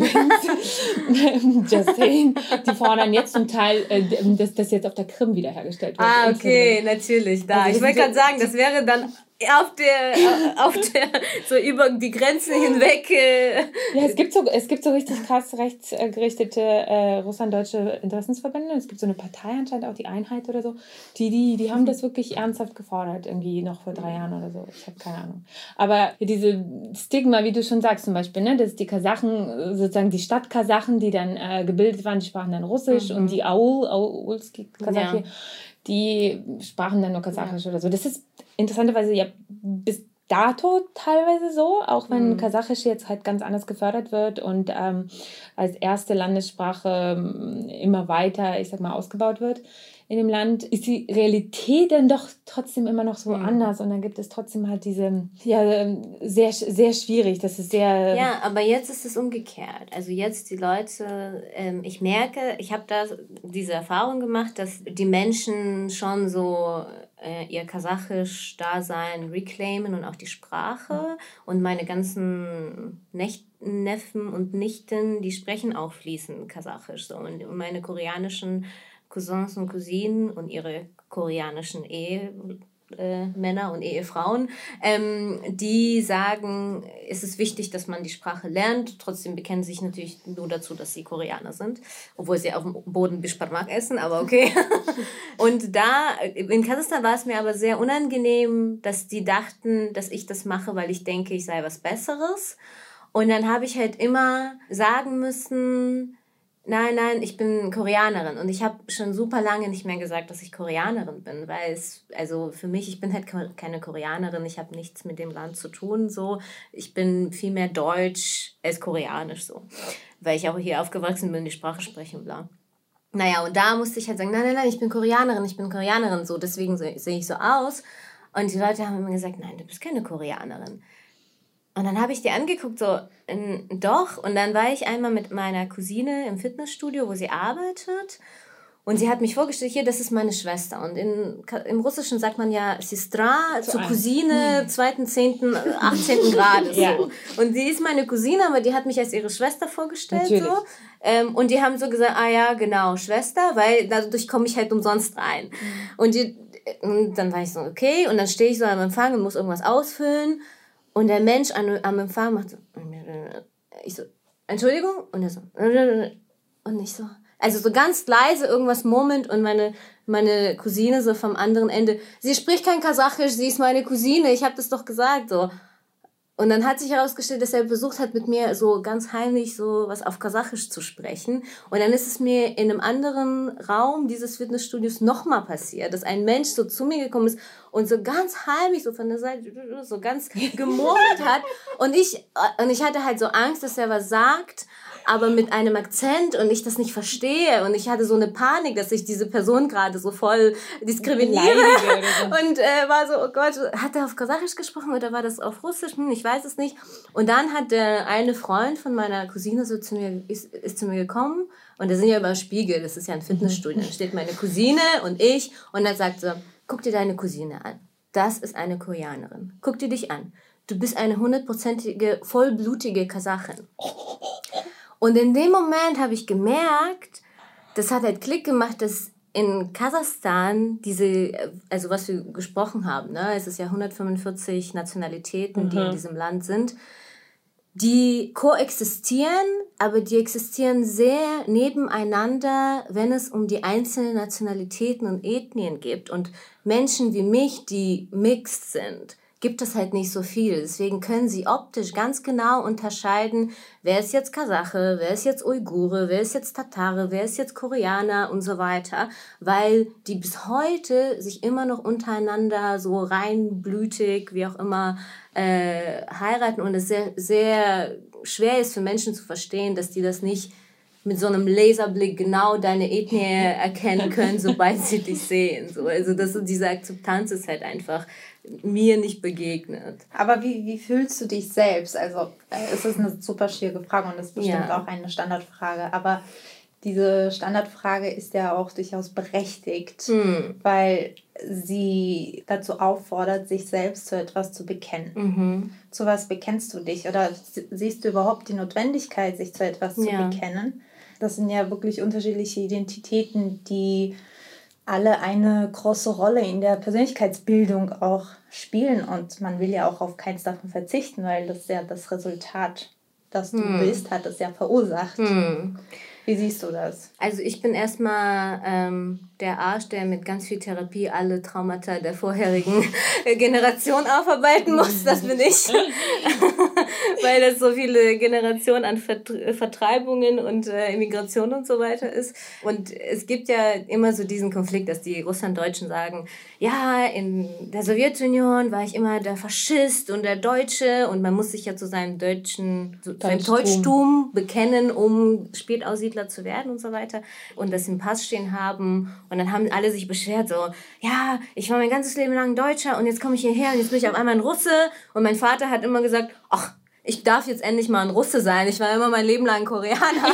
übrigens. Just saying. Die fordern jetzt zum Teil, äh, dass das jetzt auf der Krim wiederhergestellt wird. Ah, okay, natürlich. Da. Also ich wollte gerade sagen, das wäre dann auf der, auf der, so über die Grenzen hinweg. Äh. Ja, es gibt so, es gibt so richtig krass rechtsgerichtete äh, russlanddeutsche Interessensverbände. Es gibt so eine Partei anscheinend auch, die Einheit oder so. Die, die, die haben das wirklich ernsthaft gefordert, irgendwie noch vor drei Jahren oder so. Ich habe keine Ahnung. Aber diese Stigma, wie du schon sagst zum Beispiel, ne, dass die Kasachen, sozusagen die Stadtkasachen, die dann äh, gebildet waren, die sprachen dann Russisch mhm. und die Aul, Aulski Kasachi, ja. die sprachen dann nur Kasachisch ja. oder so. Das ist interessanterweise ja bis dato teilweise so, auch wenn mhm. Kasachisch jetzt halt ganz anders gefördert wird und ähm, als erste Landessprache ähm, immer weiter, ich sag mal, ausgebaut wird in dem Land, ist die Realität dann doch trotzdem immer noch so mhm. anders und dann gibt es trotzdem halt diese, ja, sehr, sehr schwierig, das ist sehr... Ja, aber jetzt ist es umgekehrt. Also jetzt die Leute, ähm, ich merke, ich habe da diese Erfahrung gemacht, dass die Menschen schon so äh, ihr kasachisch-Dasein reclaimen und auch die Sprache mhm. und meine ganzen Nächte Neffen und Nichten, die sprechen auch fließend Kasachisch. So. Und meine koreanischen Cousins und Cousinen und ihre koreanischen Ehemänner äh, und Ehefrauen, ähm, die sagen, es ist wichtig, dass man die Sprache lernt. Trotzdem bekennen sich natürlich nur dazu, dass sie Koreaner sind, obwohl sie auf dem Boden Bishparmak essen, aber okay. Und da, in Kasachstan war es mir aber sehr unangenehm, dass die dachten, dass ich das mache, weil ich denke, ich sei was Besseres. Und dann habe ich halt immer sagen müssen, nein, nein, ich bin Koreanerin. Und ich habe schon super lange nicht mehr gesagt, dass ich Koreanerin bin, weil es, also für mich, ich bin halt keine Koreanerin, ich habe nichts mit dem Land zu tun, so. Ich bin viel mehr deutsch als koreanisch, so. Weil ich auch hier aufgewachsen bin, die Sprache spreche und bla. Naja, und da musste ich halt sagen, nein, nein, nein, ich bin Koreanerin, ich bin Koreanerin, so. Deswegen sehe ich so aus. Und die Leute haben immer gesagt, nein, du bist keine Koreanerin. Und dann habe ich die angeguckt, so, n- doch. Und dann war ich einmal mit meiner Cousine im Fitnessstudio, wo sie arbeitet. Und sie hat mich vorgestellt, hier, das ist meine Schwester. Und in, im Russischen sagt man ja Sistra Zu zur einem. Cousine, zweiten, zehnten, achtzehnten Grades. Ja. So. Und sie ist meine Cousine, aber die hat mich als ihre Schwester vorgestellt. Natürlich. So. Ähm, und die haben so gesagt, ah ja, genau, Schwester, weil dadurch komme ich halt umsonst rein. Mhm. Und, die, und dann war ich so, okay. Und dann stehe ich so am Empfang und muss irgendwas ausfüllen. Und der Mensch am, am Empfang macht so, ich so, Entschuldigung? Und er so, und ich so, also so ganz leise irgendwas murmelnd und meine, meine Cousine so vom anderen Ende, sie spricht kein Kasachisch, sie ist meine Cousine, ich habe das doch gesagt, so. Und dann hat sich herausgestellt, dass er versucht hat, mit mir so ganz heimlich so was auf Kasachisch zu sprechen. Und dann ist es mir in einem anderen Raum dieses Fitnessstudios nochmal passiert, dass ein Mensch so zu mir gekommen ist und so ganz heimlich so von der Seite so ganz gemurmelt hat. Und ich, und ich hatte halt so Angst, dass er was sagt, aber mit einem Akzent und ich das nicht verstehe. Und ich hatte so eine Panik, dass ich diese Person gerade so voll diskriminiere. Und äh, war so, oh Gott, hat er auf Kasachisch gesprochen oder war das auf Russisch? Hm, ich weiß es nicht. Und dann hat der eine Freund von meiner Cousine so zu mir, ist, ist zu mir gekommen. Und da sind ja immer Spiegel, das ist ja ein Fitnessstudio. Dann steht meine Cousine und ich und dann sagt so, guck dir deine Cousine an. Das ist eine Koreanerin. Guck dir dich an. Du bist eine hundertprozentige, vollblutige Kasachin. Und in dem Moment habe ich gemerkt, das hat halt Klick gemacht, dass in Kasachstan diese, also was wir gesprochen haben, ne, es ist ja hundertfünfundvierzig Nationalitäten, mhm. die in diesem Land sind, die koexistieren, aber die existieren sehr nebeneinander, wenn es um die einzelnen Nationalitäten und Ethnien geht. Und Menschen wie mich, die mixed sind, gibt es halt nicht so viel. Deswegen können sie optisch ganz genau unterscheiden, wer ist jetzt Kasache, wer ist jetzt Uigure, wer ist jetzt Tatare, wer ist jetzt Koreaner und so weiter, weil die bis heute sich immer noch untereinander so reinblütig, wie auch immer, äh, heiraten und es sehr, sehr schwer ist für Menschen zu verstehen, dass die das nicht mit so einem Laserblick genau deine Ethnie erkennen können, sobald sie dich sehen. So, also das, diese Akzeptanz ist halt einfach mir nicht begegnet. Aber wie, wie fühlst du dich selbst? Also äh, es ist eine super schwierige Frage und das ist bestimmt ja auch eine Standardfrage. Aber diese Standardfrage ist ja auch durchaus berechtigt, hm. weil sie dazu auffordert, sich selbst zu etwas zu bekennen. Mhm. Zu was bekennst du dich? Oder siehst du überhaupt die Notwendigkeit, sich zu etwas ja. zu bekennen? Das sind ja wirklich unterschiedliche Identitäten, die alle eine große Rolle in der Persönlichkeitsbildung auch spielen. Und man will ja auch auf keins davon verzichten, weil das ja das Resultat, das du hm. bist, hat es ja verursacht. Hm. Wie siehst du das? Also ich bin erstmal ähm, der Arsch, der mit ganz viel Therapie alle Traumata der vorherigen Generation aufarbeiten muss. Das bin ich. Weil das so viele Generationen an Vert- Vertreibungen und äh, Immigration und so weiter ist. Und es gibt ja immer so diesen Konflikt, dass die Russlanddeutschen sagen, ja, in der Sowjetunion war ich immer der Faschist und der Deutsche und man muss sich ja zu seinem deutschen, zu seinem Deutschtum bekennen, um Spätaussiedler zu werden und so weiter. Und das im Pass stehen haben. Und dann haben alle sich beschwert, so, ja, ich war mein ganzes Leben lang Deutscher und jetzt komme ich hierher und jetzt bin ich auf einmal ein Russe. Und mein Vater hat immer gesagt, ach, ich darf jetzt endlich mal ein Russe sein. Ich war immer mein Leben lang ein Koreaner.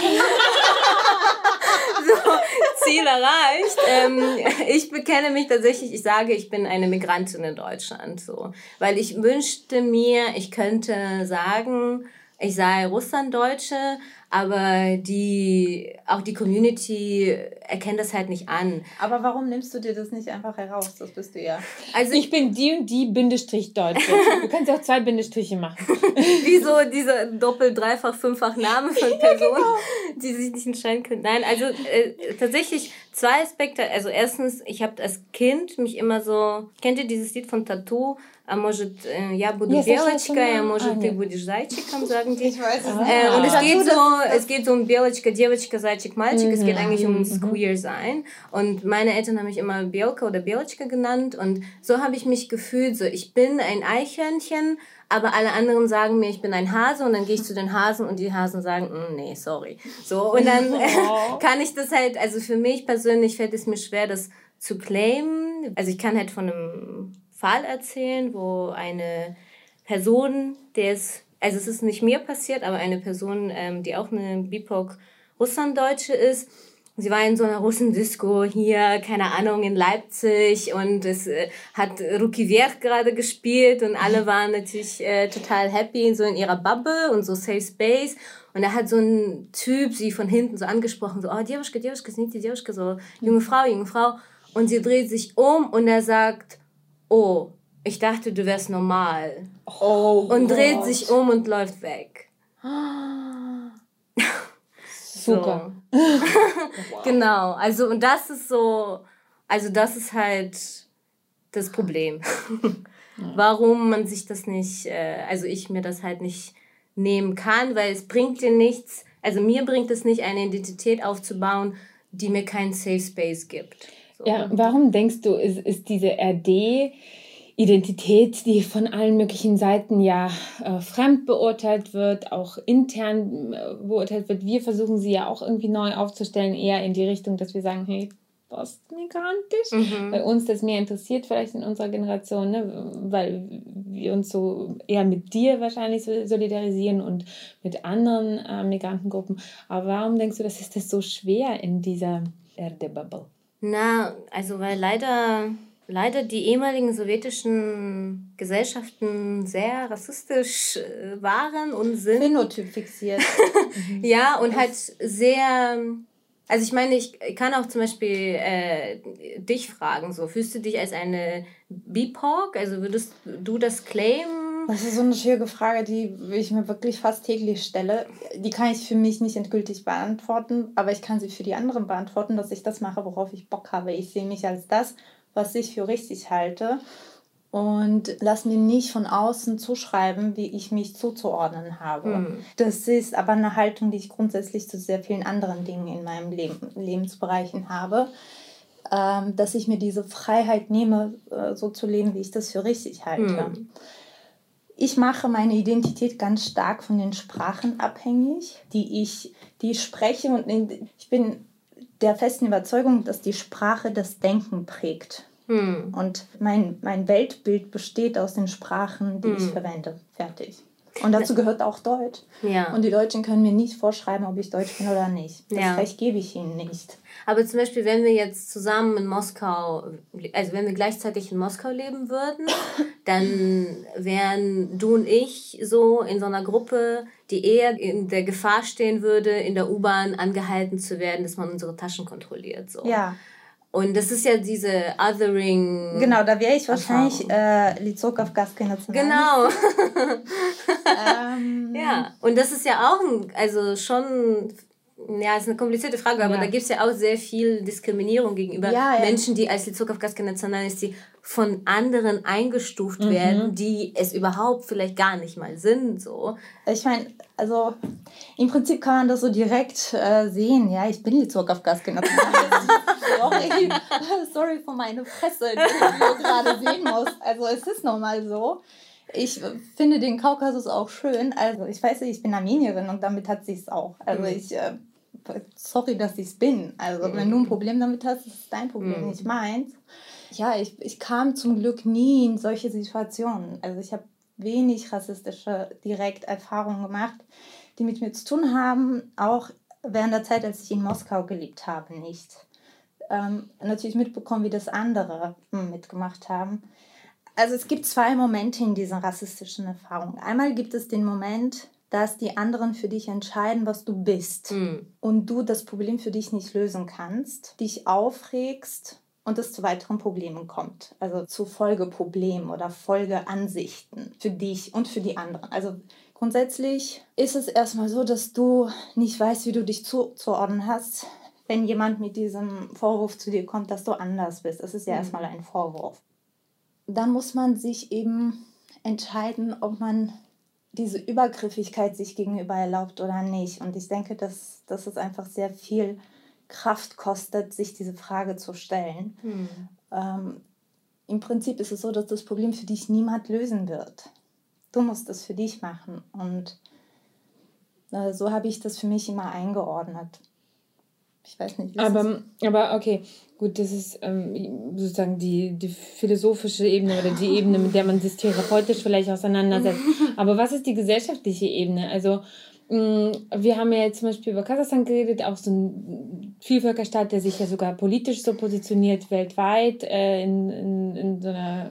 So, Ziel erreicht. Ähm, ich bekenne mich tatsächlich, ich sage, ich bin eine Migrantin in Deutschland. So. Weil ich wünschte mir, ich könnte sagen, ich sei Russlanddeutsche, aber die, auch die Community erkennt das halt nicht an. Aber warum nimmst du dir das nicht einfach heraus? Das bist du ja. Also ich bin die und die Bindestrich Deutsche. Du kannst ja auch zwei Bindestriche machen. Wie so dieser Doppel-, Dreifach-, Fünffach-Name von Personen, die sich nicht entscheiden können. Nein, also äh, tatsächlich zwei Aspekte. Also erstens, ich habe als Kind mich immer so... Kennt ihr dieses Lied von Tattoo? А может, я буду белочкой, а может, ты будешь зайчиком, sagen die. Ich weiß es nicht. Äh, und es geht, so, es geht so um Белочка, Девочка, Зайчик, Мальчик. Es geht eigentlich ums Queer-Sein. Und meine Eltern haben mich immer Белка oder Белочка genannt. Und so habe ich mich gefühlt, so ich bin ein Eichhörnchen, aber alle anderen sagen mir, ich bin ein Hase. Und dann gehe ich zu den Hasen und die Hasen sagen, nee, sorry. So, und dann äh, kann ich das halt, also für mich persönlich fällt es mir schwer, das zu claimen. Also ich kann halt von einem Fall erzählen, wo eine Person, der es, also es ist nicht mir passiert, aber eine Person, ähm, die auch eine B I P O C-Russlanddeutsche ist. Sie war in so einer Russendisco hier, keine Ahnung, in Leipzig und es äh, hat Ruki Vverh gerade gespielt und alle waren natürlich äh, total happy, so in ihrer Bubble und so Safe Space. Und da hat so ein Typ sie von hinten so angesprochen, so, oh, Девушка, Девушка, извините, Девушка, so, junge Frau, junge Frau. Und sie dreht sich um und er sagt, oh, ich dachte, du wärst normal. Oh, und dreht Gott. sich um und läuft weg. Super. So. Genau, also und das ist so, also das ist halt das Problem. Warum man sich das nicht, äh, also ich mir das halt nicht nehmen kann, weil es bringt dir nichts, also mir bringt es nicht, eine Identität aufzubauen, die mir keinen Safe Space gibt. So. Ja, warum denkst du, ist, ist diese R D-Identität, die von allen möglichen Seiten ja äh, fremd beurteilt wird, auch intern äh, beurteilt wird, wir versuchen sie ja auch irgendwie neu aufzustellen, eher in die Richtung, dass wir sagen, hey, postmigrantisch, Mhm. weil uns das mehr interessiert vielleicht in unserer Generation, ne? Weil wir uns so eher mit dir wahrscheinlich solidarisieren und mit anderen äh, Migrantengruppen. Aber warum denkst du, dass ist das so schwer in dieser R D-Bubble? Na, also weil leider, leider die ehemaligen sowjetischen Gesellschaften sehr rassistisch äh, waren und sind. Phänotyp fixiert. Ja, und halt sehr, also ich meine, ich kann auch zum Beispiel äh, dich fragen, so, fühlst du dich als eine B I P O C? Also würdest du das claimen? Das ist so eine schwierige Frage, die ich mir wirklich fast täglich stelle. Die kann ich für mich nicht endgültig beantworten, aber ich kann sie für die anderen beantworten, dass ich das mache, worauf ich Bock habe. Ich sehe mich als das, was ich für richtig halte und lass mir nicht von außen zuschreiben, wie ich mich zuzuordnen habe. Hm. Das ist aber eine Haltung, die ich grundsätzlich zu sehr vielen anderen Dingen in meinem Leben, Lebensbereichen habe, ähm, dass ich mir diese Freiheit nehme, äh, so zu leben, wie ich das für richtig halte. Hm. Ich mache meine Identität ganz stark von den Sprachen abhängig, die ich, die ich spreche. Und ich bin der festen Überzeugung, dass die Sprache das Denken prägt. Hm. Und mein, mein Weltbild besteht aus den Sprachen, die Hm. ich verwende. Fertig. Und dazu gehört auch Deutsch. Ja. Und die Deutschen können mir nicht vorschreiben, ob ich Deutsch bin oder nicht. Das Ja. Recht gebe ich ihnen nicht. Aber zum Beispiel, wenn wir jetzt zusammen in Moskau, also wenn wir gleichzeitig in Moskau leben würden, dann wären du und ich so in so einer Gruppe, die eher in der Gefahr stehen würde, in der U-Bahn angehalten zu werden, dass man unsere Taschen kontrolliert. So. Ja. Und das ist ja diese Othering. Genau, da wäre ich wahrscheinlich Erfahrung. äh, Lizokavkaske National. Genau. ähm, Ja, und das ist ja auch ein, also schon, ja, ist eine komplizierte Frage, aber Ja. da gibt es ja auch sehr viel Diskriminierung gegenüber Ja, ja. Menschen, die als Lizokavkaske Nationalisti von anderen eingestuft Mhm. werden, die es überhaupt vielleicht gar nicht mal sind. So. Ich meine, also im Prinzip kann man das so direkt äh, sehen. Ja, ich bin Lizokavkaske National. sorry, sorry für meine Fresse, die du gerade sehen musst. Also es ist nun mal so. Ich finde den Kaukasus auch schön. Also ich weiß nicht, ich bin Armenierin und damit hat sie es auch. Also Mhm. ich, äh, sorry, dass ich es bin. Also wenn du ein Problem damit hast, ist es dein Problem, Mhm. nicht meins. Ja, ich, ich kam zum Glück nie in solche Situationen. Also ich habe wenig rassistische Direkterfahrungen gemacht, die mit mir zu tun haben, auch während der Zeit, als ich in Moskau gelebt habe, nicht. Ähm, natürlich mitbekommen, wie das andere hm, mitgemacht haben. Also es gibt zwei Momente in diesen rassistischen Erfahrungen. Einmal gibt es den Moment, dass die anderen für dich entscheiden, was du bist Mhm. und du das Problem für dich nicht lösen kannst, dich aufregst und es zu weiteren Problemen kommt. Also zu Folgeproblemen oder Folgeansichten für dich und für die anderen. Also grundsätzlich ist es erstmal so, dass du nicht weißt, wie du dich zuzuordnen hast, wenn jemand mit diesem Vorwurf zu dir kommt, dass du anders bist. Das ist ja Mhm. erstmal ein Vorwurf. Dann muss man sich eben entscheiden, ob man diese Übergriffigkeit sich gegenüber erlaubt oder nicht. Und ich denke, dass, dass es einfach sehr viel Kraft kostet, sich diese Frage zu stellen. Mhm. Ähm, Im Prinzip ist es so, dass das Problem für dich niemand lösen wird. Du musst es für dich machen. Und äh, so habe ich das für mich immer eingeordnet. Ich weiß nicht, wie es ist. Aber, aber okay, Gut, das ist ähm, sozusagen die, die philosophische Ebene oder die Ebene, mit der man sich therapeutisch vielleicht auseinandersetzt. Aber was ist die gesellschaftliche Ebene? Also mh, wir haben ja jetzt zum Beispiel über Kasachstan geredet, auch so ein Vielvölkerstaat, der sich ja sogar politisch so positioniert weltweit äh, in, in, in so einer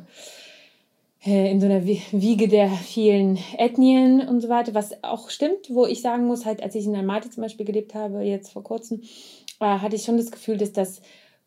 äh, in so einer Wiege der vielen Ethnien und so weiter, was auch stimmt, wo ich sagen muss, halt, als ich in Almaty zum Beispiel gelebt habe, jetzt vor kurzem, äh, hatte ich schon das Gefühl, dass das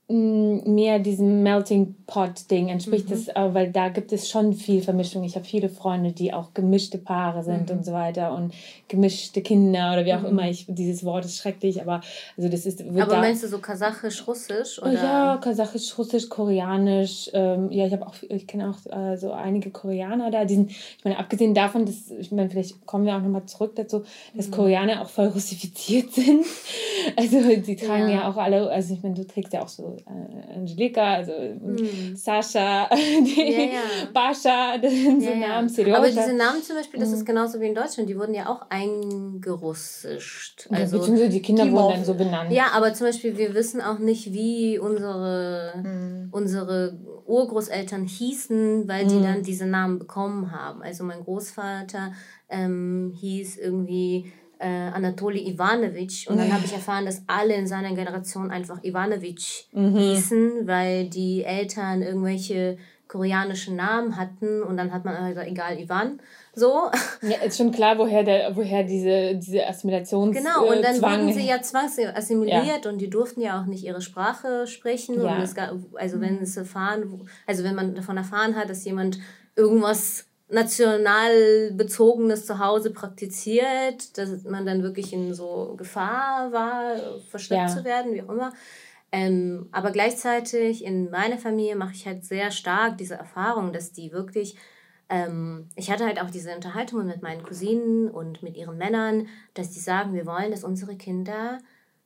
mehr diesem Melting Pot Ding entspricht, mhm. das, äh, weil da gibt es schon viel Vermischung. Ich habe viele Freunde, die auch gemischte Paare sind mhm. und so weiter und gemischte Kinder oder wie auch mhm. immer. Ich, dieses Wort ist schrecklich, aber also das ist. Aber da, meinst du so kasachisch, russisch oder? Ja, kasachisch, russisch, koreanisch. Ähm, ja, ich habe auch, ich kenne auch äh, so einige Koreaner da. Die sind, ich meine, abgesehen davon, dass ich meine, vielleicht kommen wir auch nochmal zurück dazu, dass mhm. Koreaner auch voll russifiziert sind. Also sie tragen ja, ja auch alle, also ich meine, du trägst ja auch so Angelika, also mm. Sascha, die ja, ja. Bascha, das sind so ja, Namen. Ja. Aber diese Namen zum Beispiel, das ist genauso wie in Deutschland, die wurden ja auch eingerussischt. Also, beziehungsweise die Kinder die wurden dann so benannt. Ja, aber zum Beispiel, wir wissen auch nicht, wie unsere, mm. unsere Urgroßeltern hießen, weil mm. die dann diese Namen bekommen haben. Also mein Großvater ähm, hieß irgendwie Äh, Anatoli Ivanovich und dann habe ich erfahren, dass alle in seiner Generation einfach Ivanovich mhm. hießen, weil die Eltern irgendwelche koreanischen Namen hatten und dann hat man gesagt, egal, Ivan, so. Ja, ist schon klar, woher, der, woher diese, diese Assimilations Genau, und dann Zwang wurden sie ja zwangsassimiliert ja. und die durften ja auch nicht ihre Sprache sprechen ja. und es gab, also wenn es erfahren, also wenn man davon erfahren hat, dass jemand irgendwas national bezogenes zu Hause praktiziert, dass man dann wirklich in so Gefahr war, verschleppt ja. zu werden, wie auch immer. Ähm, aber gleichzeitig in meiner Familie mache ich halt sehr stark diese Erfahrung, dass die wirklich, ähm, ich hatte halt auch diese Unterhaltungen mit meinen Cousinen und mit ihren Männern, dass die sagen, wir wollen, dass unsere Kinder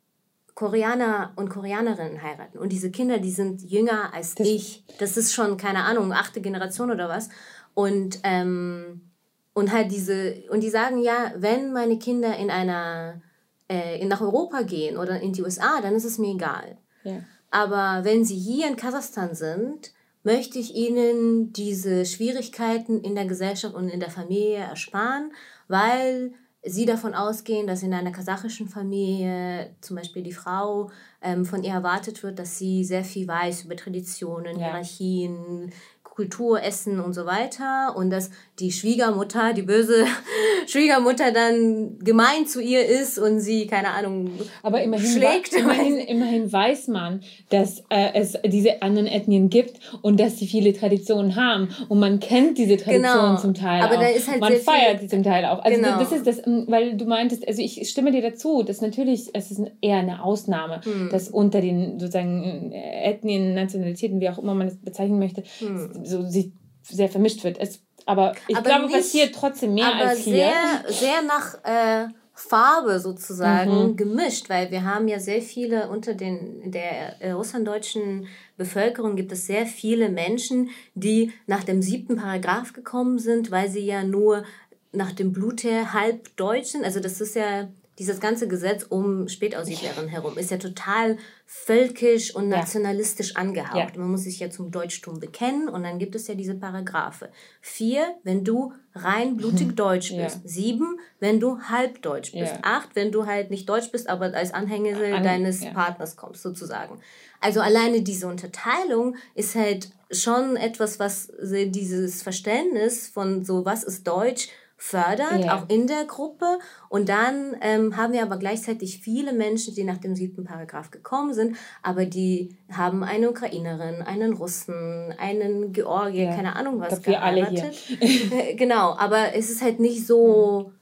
Koreaner und Koreanerinnen heiraten. Und diese Kinder, die sind jünger als das ich. Das ist schon, keine Ahnung, achte Generation oder was. Und, ähm, und halt diese, und die sagen ja, wenn meine Kinder in einer, äh, in, nach Europa gehen oder in die U S A, dann ist es mir egal. Ja. Aber wenn sie hier in Kasachstan sind, möchte ich ihnen diese Schwierigkeiten in der Gesellschaft und in der Familie ersparen, weil sie davon ausgehen, dass in einer kasachischen Familie zum Beispiel die Frau ähm, von ihr erwartet wird, dass sie sehr viel weiß über Traditionen, ja. Hierarchien, Kultur, Essen und so weiter und dass die Schwiegermutter, die böse Schwiegermutter dann gemein zu ihr ist und sie, keine Ahnung, aber immerhin schlägt. Wa- immerhin, immerhin weiß man, dass äh, es diese anderen Ethnien gibt und dass sie viele Traditionen haben und man kennt diese Traditionen genau. zum Teil aber auch. Da ist halt man feiert sie zum Teil auch. Also genau. das ist das, weil du meintest, also ich stimme dir dazu, dass natürlich, es ist eher eine Ausnahme, hm. dass unter den sozusagen Ethnien, Nationalitäten, wie auch immer man das bezeichnen möchte, hm. so sich sehr vermischt wird. Es, aber ich aber glaube, nicht, passiert trotzdem mehr aber als hier. Sehr, sehr nach äh, Farbe sozusagen mhm. gemischt, weil wir haben ja sehr viele unter den der äh, russlanddeutschen Bevölkerung gibt es sehr viele Menschen, die nach dem siebten Paragraph gekommen sind, weil sie ja nur nach dem Blut her halb deutsch sind. Also das ist ja dieses ganze Gesetz um Spätaussiedlerinnen herum ist ja total völkisch und nationalistisch ja. angehaucht. Ja. Man muss sich ja zum Deutschtum bekennen und dann gibt es ja diese Paragraphe. Vier, wenn du rein blutig deutsch bist. Ja. Sieben, wenn du halb deutsch bist. Ja. Acht, wenn du halt nicht deutsch bist, aber als Anhängsel An- deines ja. Partners kommst, sozusagen. Also alleine diese Unterteilung ist halt schon etwas, was dieses Verständnis von so, was ist Deutsch, fördert, yeah. auch in der Gruppe. Und dann ähm, haben wir aber gleichzeitig viele Menschen, die nach dem siebten Paragraph gekommen sind, aber die haben eine Ukrainerin, einen Russen, einen Georgier, yeah. keine Ahnung was geheiratet. Genau, aber es ist halt nicht so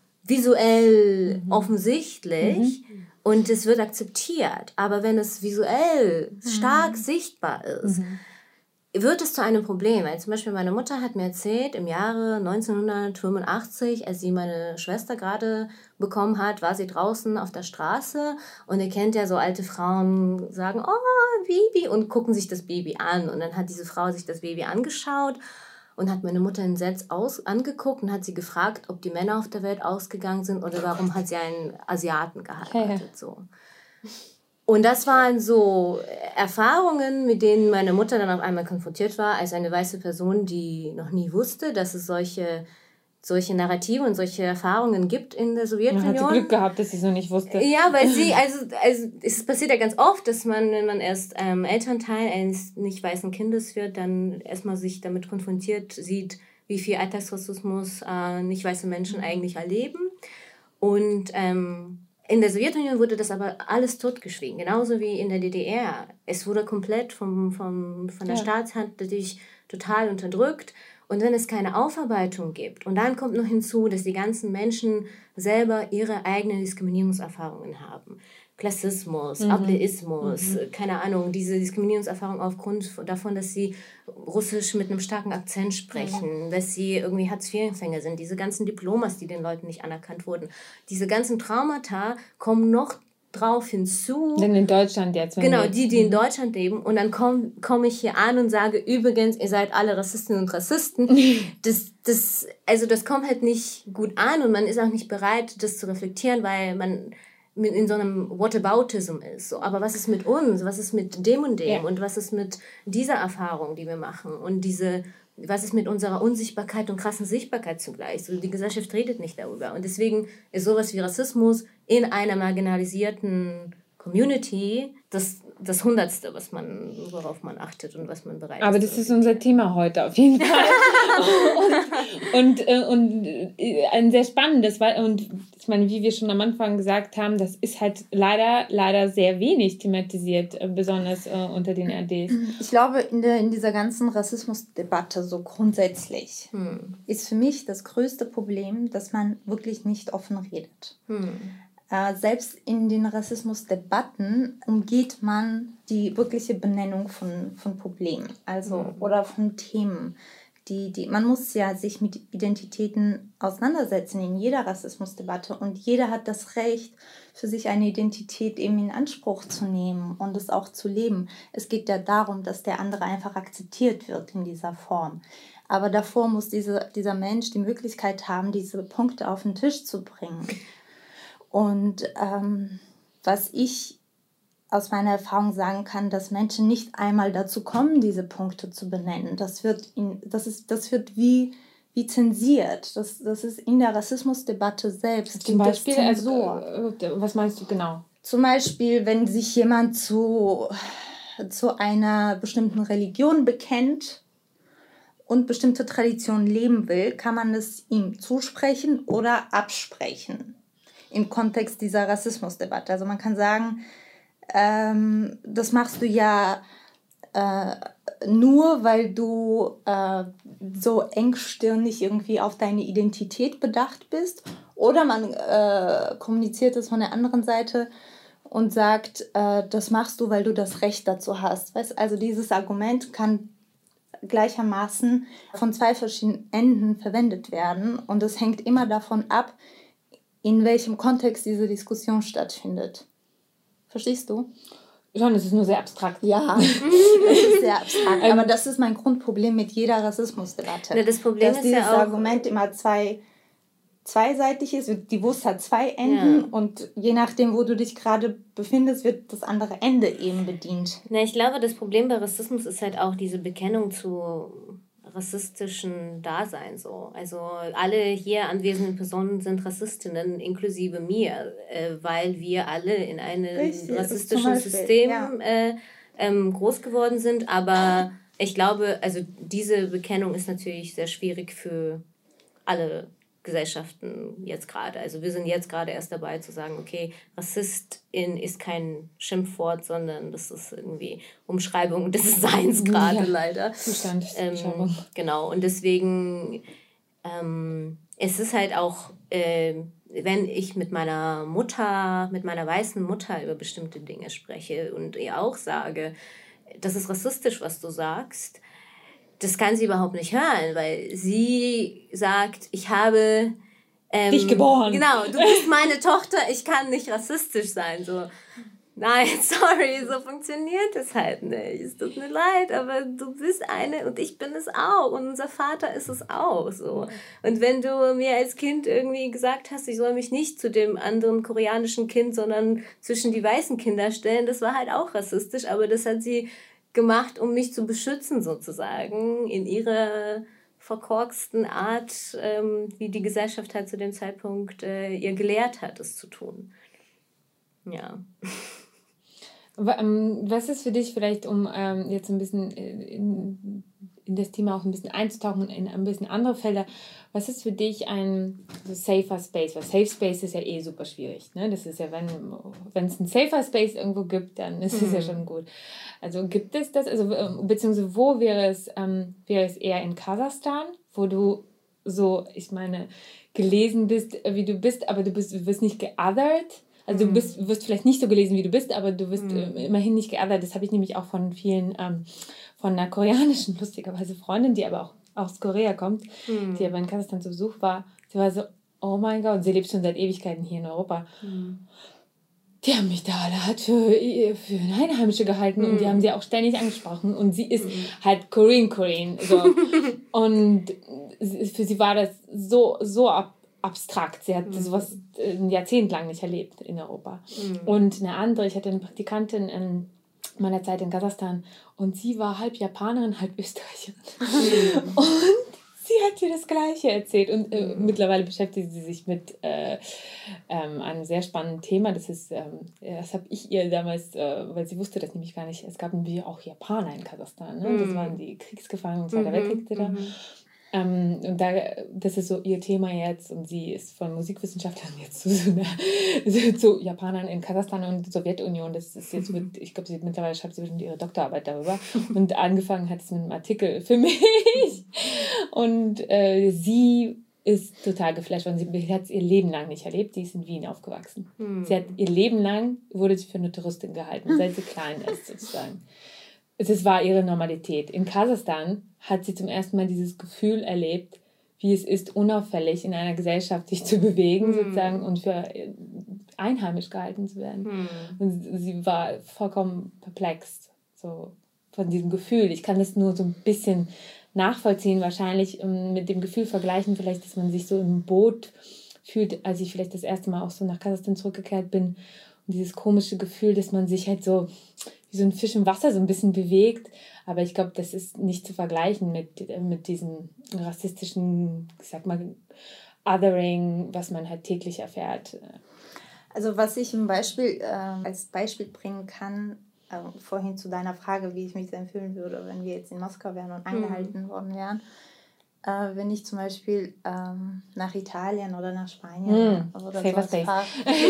visuell mhm. offensichtlich mhm. und es wird akzeptiert. Aber wenn es visuell mhm. stark sichtbar ist, mhm. wird es zu einem Problem. Weil zum Beispiel meine Mutter hat mir erzählt, im Jahre neunzehnhundertfünfundachtzig, als sie meine Schwester gerade bekommen hat, war sie draußen auf der Straße und ihr kennt ja so alte Frauen, sagen, oh, Baby, und gucken sich das Baby an. Und dann hat diese Frau sich das Baby angeschaut und hat meine Mutter entsetzt aus, angeguckt und hat sie gefragt, ob die Männer auf der Welt ausgegangen sind oder warum hat sie einen Asiaten geheiratet. So. Und das waren so Erfahrungen, mit denen meine Mutter dann auf einmal konfrontiert war, als eine weiße Person, die noch nie wusste, dass es solche, solche Narrative und solche Erfahrungen gibt in der Sowjetunion. Hat sie Glück gehabt, dass sie so nicht wusste. Ja, weil sie, also, also es passiert ja ganz oft, dass man, wenn man erst ähm, Elternteil eines nicht weißen Kindes wird, dann erstmal sich damit konfrontiert sieht, wie viel Alltagsrassismus äh, nicht weiße Menschen eigentlich erleben. Und ähm, in der Sowjetunion wurde das aber alles totgeschwiegen, genauso wie in der D D R. Es wurde komplett vom, vom, von der ja. Staatshand natürlich total unterdrückt. Und wenn es keine Aufarbeitung gibt, und dann kommt noch hinzu, dass die ganzen Menschen selber ihre eigenen Diskriminierungserfahrungen haben. Klassismus, mhm. Ableismus, mhm. keine Ahnung, diese Diskriminierungserfahrung aufgrund davon, dass sie Russisch mit einem starken Akzent sprechen, mhm. dass sie irgendwie Hartz-vier-Empfänger sind, diese ganzen Diplomas, die den Leuten nicht anerkannt wurden. Diese ganzen Traumata kommen noch drauf hinzu. Denn in Deutschland jetzt. Genau, die, die in Deutschland leben. Und dann komme komm ich hier an und sage, übrigens, ihr seid alle Rassistinnen und Rassisten. Das, das, also das kommt halt nicht gut an und man ist auch nicht bereit, das zu reflektieren, weil man in so einem Whataboutism ist. So, aber was ist mit uns? Was ist mit dem und dem? Ja. Und was ist mit dieser Erfahrung, die wir machen? Und diese, was ist mit unserer Unsichtbarkeit und krassen Sichtbarkeit zugleich? So, die Gesellschaft redet nicht darüber. Und deswegen ist sowas wie Rassismus in einer marginalisierten Community das, das Hundertste, was man, worauf man achtet und was man bereit ist. Aber das ist unser Thema heute auf jeden Fall. und, und, äh, und äh, ein sehr spannendes, weil, und ich meine, wie wir schon am Anfang gesagt haben, das ist halt leider, leider sehr wenig thematisiert, äh, besonders äh, unter den R Ds. Ich glaube, in, der, in dieser ganzen Rassismusdebatte so grundsätzlich hm. ist für mich das größte Problem, dass man wirklich nicht offen redet. Hm. Äh, selbst in den Rassismusdebatten umgeht man die wirkliche Benennung von, von Problemen, also mhm. oder von Themen. Die, die, man muss ja sich mit Identitäten auseinandersetzen in jeder Rassismusdebatte und jeder hat das Recht, für sich eine Identität eben in Anspruch zu nehmen und es auch zu leben. Es geht ja darum, dass der andere einfach akzeptiert wird in dieser Form. Aber davor muss diese, dieser Mensch die Möglichkeit haben, diese Punkte auf den Tisch zu bringen. Und ähm, was ich aus meiner Erfahrung sagen kann, dass Menschen nicht einmal dazu kommen, diese Punkte zu benennen. Das wird, in, das ist, das wird wie, wie zensiert. Das, das ist in der Rassismusdebatte selbst. Zum Beispiel, Zensur. Also, was meinst du genau? Zum Beispiel, wenn sich jemand zu, zu einer bestimmten Religion bekennt und bestimmte Traditionen leben will, kann man es ihm zusprechen oder absprechen. Im Kontext dieser Rassismusdebatte. Also man kann sagen, ähm, das machst du ja äh, nur, weil du äh, so engstirnig irgendwie auf deine Identität bedacht bist. Oder man äh, kommuniziert es von der anderen Seite und sagt, äh, das machst du, weil du das Recht dazu hast. Weißt? Also dieses Argument kann gleichermaßen von zwei verschiedenen Enden verwendet werden. Und es hängt immer davon ab, in welchem Kontext diese Diskussion stattfindet. Verstehst du? Schon, es ist nur sehr abstrakt. Ja, es ist sehr abstrakt. Aber das ist mein Grundproblem mit jeder Rassismusdebatte. Ja, das Problem dass ist dieses ja auch, Argument immer zwei, zweiseitig ist. Die Wurst hat zwei Enden ja. und je nachdem, wo du dich gerade befindest, wird das andere Ende eben bedient. Na, ich glaube, das Problem bei Rassismus ist halt auch diese Bekennung zu rassistischen Dasein so. Also alle hier anwesenden Personen sind Rassistinnen, inklusive mir, äh, weil wir alle in einem Richtig, rassistischen System ja. äh, ähm, groß geworden sind. Aber ich glaube, also diese Bekennung ist natürlich sehr schwierig für alle Gesellschaften jetzt gerade. Also wir sind jetzt gerade erst dabei zu sagen, okay, Rassistin ist kein Schimpfwort, sondern das ist irgendwie Umschreibung des Seins gerade ja, leider. Zustandsbeschreibung. Ähm, genau, und deswegen ähm, es ist halt auch, äh, wenn ich mit meiner Mutter, mit meiner weißen Mutter über bestimmte Dinge spreche und ihr auch sage, das ist rassistisch, was du sagst, das kann sie überhaupt nicht hören, weil sie sagt, ich habe ähm, dich geboren. Genau, du bist meine Tochter, ich kann nicht rassistisch sein. So. Nein, sorry, so funktioniert es halt nicht. Es tut mir leid, aber du bist eine und ich bin es auch und unser Vater ist es auch so. Und wenn du mir als Kind irgendwie gesagt hast, ich soll mich nicht zu dem anderen koreanischen Kind, sondern zwischen die weißen Kinder stellen, das war halt auch rassistisch, aber das hat sie gemacht, um mich zu beschützen sozusagen in ihrer verkorksten Art, ähm, wie die Gesellschaft halt zu dem Zeitpunkt äh, ihr gelehrt hat, es zu tun. Ja. Was ist für dich vielleicht, um ähm, jetzt ein bisschen in, in das Thema auch ein bisschen einzutauchen, in ein bisschen andere Felder, was ist für dich ein so safer Space? Weil Safe Space ist ja eh super schwierig. Ne? Das ist ja, wenn wenn es einen safer Space irgendwo gibt, dann ist es mhm. ja schon gut. Also gibt es das, also beziehungsweise wo wäre es, ähm, wäre es eher in Kasachstan, wo du so, ich meine, gelesen bist, wie du bist, aber du bist, du wirst nicht geothert. Also du bist, wirst vielleicht nicht so gelesen, wie du bist, aber du wirst mm. äh, immerhin nicht geothert. Das habe ich nämlich auch von vielen, ähm, von einer koreanischen, lustigerweise Freundin, die aber auch aus Korea kommt, mm. die aber in Kasachstan zu Besuch war. Sie war so, oh mein Gott, sie lebt schon seit Ewigkeiten hier in Europa. Mm. Die haben mich da alle halt für, für eine Einheimische gehalten mm. und die haben sie auch ständig angesprochen. Und sie ist mm. halt Korean Korean. So. Und für sie war das so, so ab. abstrakt. Sie hat mhm. sowas ein Jahrzehnt lang nicht erlebt in Europa. Mhm. Und eine andere, ich hatte eine Praktikantin in meiner Zeit in Kasachstan und sie war halb Japanerin, halb Österreicherin. Mhm. Und sie hat mir das Gleiche erzählt. Und äh, mhm. mittlerweile beschäftigt sie sich mit äh, ähm, einem sehr spannenden Thema. Das ist, ähm, das habe ich ihr damals, äh, weil sie wusste das nämlich gar nicht, es gab nämlich auch Japaner in Kasachstan. Ne? Mhm. Das waren die Kriegsgefangenen im Zweiten Weltkrieg. Da. Mhm. Ähm, und da, das ist so ihr Thema jetzt und sie ist von Musikwissenschaftlern jetzt zu, so einer, zu Japanern in Kasachstan und Sowjetunion. Das ist jetzt mit, ich glaube, sie mittlerweile schreibt sie bestimmt ihre Doktorarbeit darüber und angefangen hat es mit einem Artikel für mich und äh, sie ist total geflasht, weil sie hat es ihr Leben lang nicht erlebt. Sie ist in Wien aufgewachsen. Hm. Sie hat ihr Leben lang, wurde sie für eine Touristin gehalten, seit sie klein ist sozusagen. Es war ihre Normalität. In Kasachstan hat sie zum ersten Mal dieses Gefühl erlebt, wie es ist, unauffällig in einer Gesellschaft sich zu bewegen, mm. sozusagen, und für einheimisch gehalten zu werden. Mm. Und sie war vollkommen perplex so, von diesem Gefühl. Ich kann das nur so ein bisschen nachvollziehen, wahrscheinlich mit dem Gefühl vergleichen, vielleicht, dass man sich so im Boot fühlt, als ich vielleicht das erste Mal auch so nach Kasachstan zurückgekehrt bin. Und dieses komische Gefühl, dass man sich halt so wie so ein Fisch im Wasser so ein bisschen bewegt. Aber ich glaube, das ist nicht zu vergleichen mit, mit diesem rassistischen, ich sag mal, Othering, was man halt täglich erfährt. Also was ich ein Beispiel, äh, als Beispiel bringen kann, äh, vorhin zu deiner Frage, wie ich mich dann fühlen würde, wenn wir jetzt in Moskau wären und angehalten mhm. worden wären. Äh, wenn ich zum Beispiel ähm, nach Italien oder nach Spanien mm, oder sowas fahre,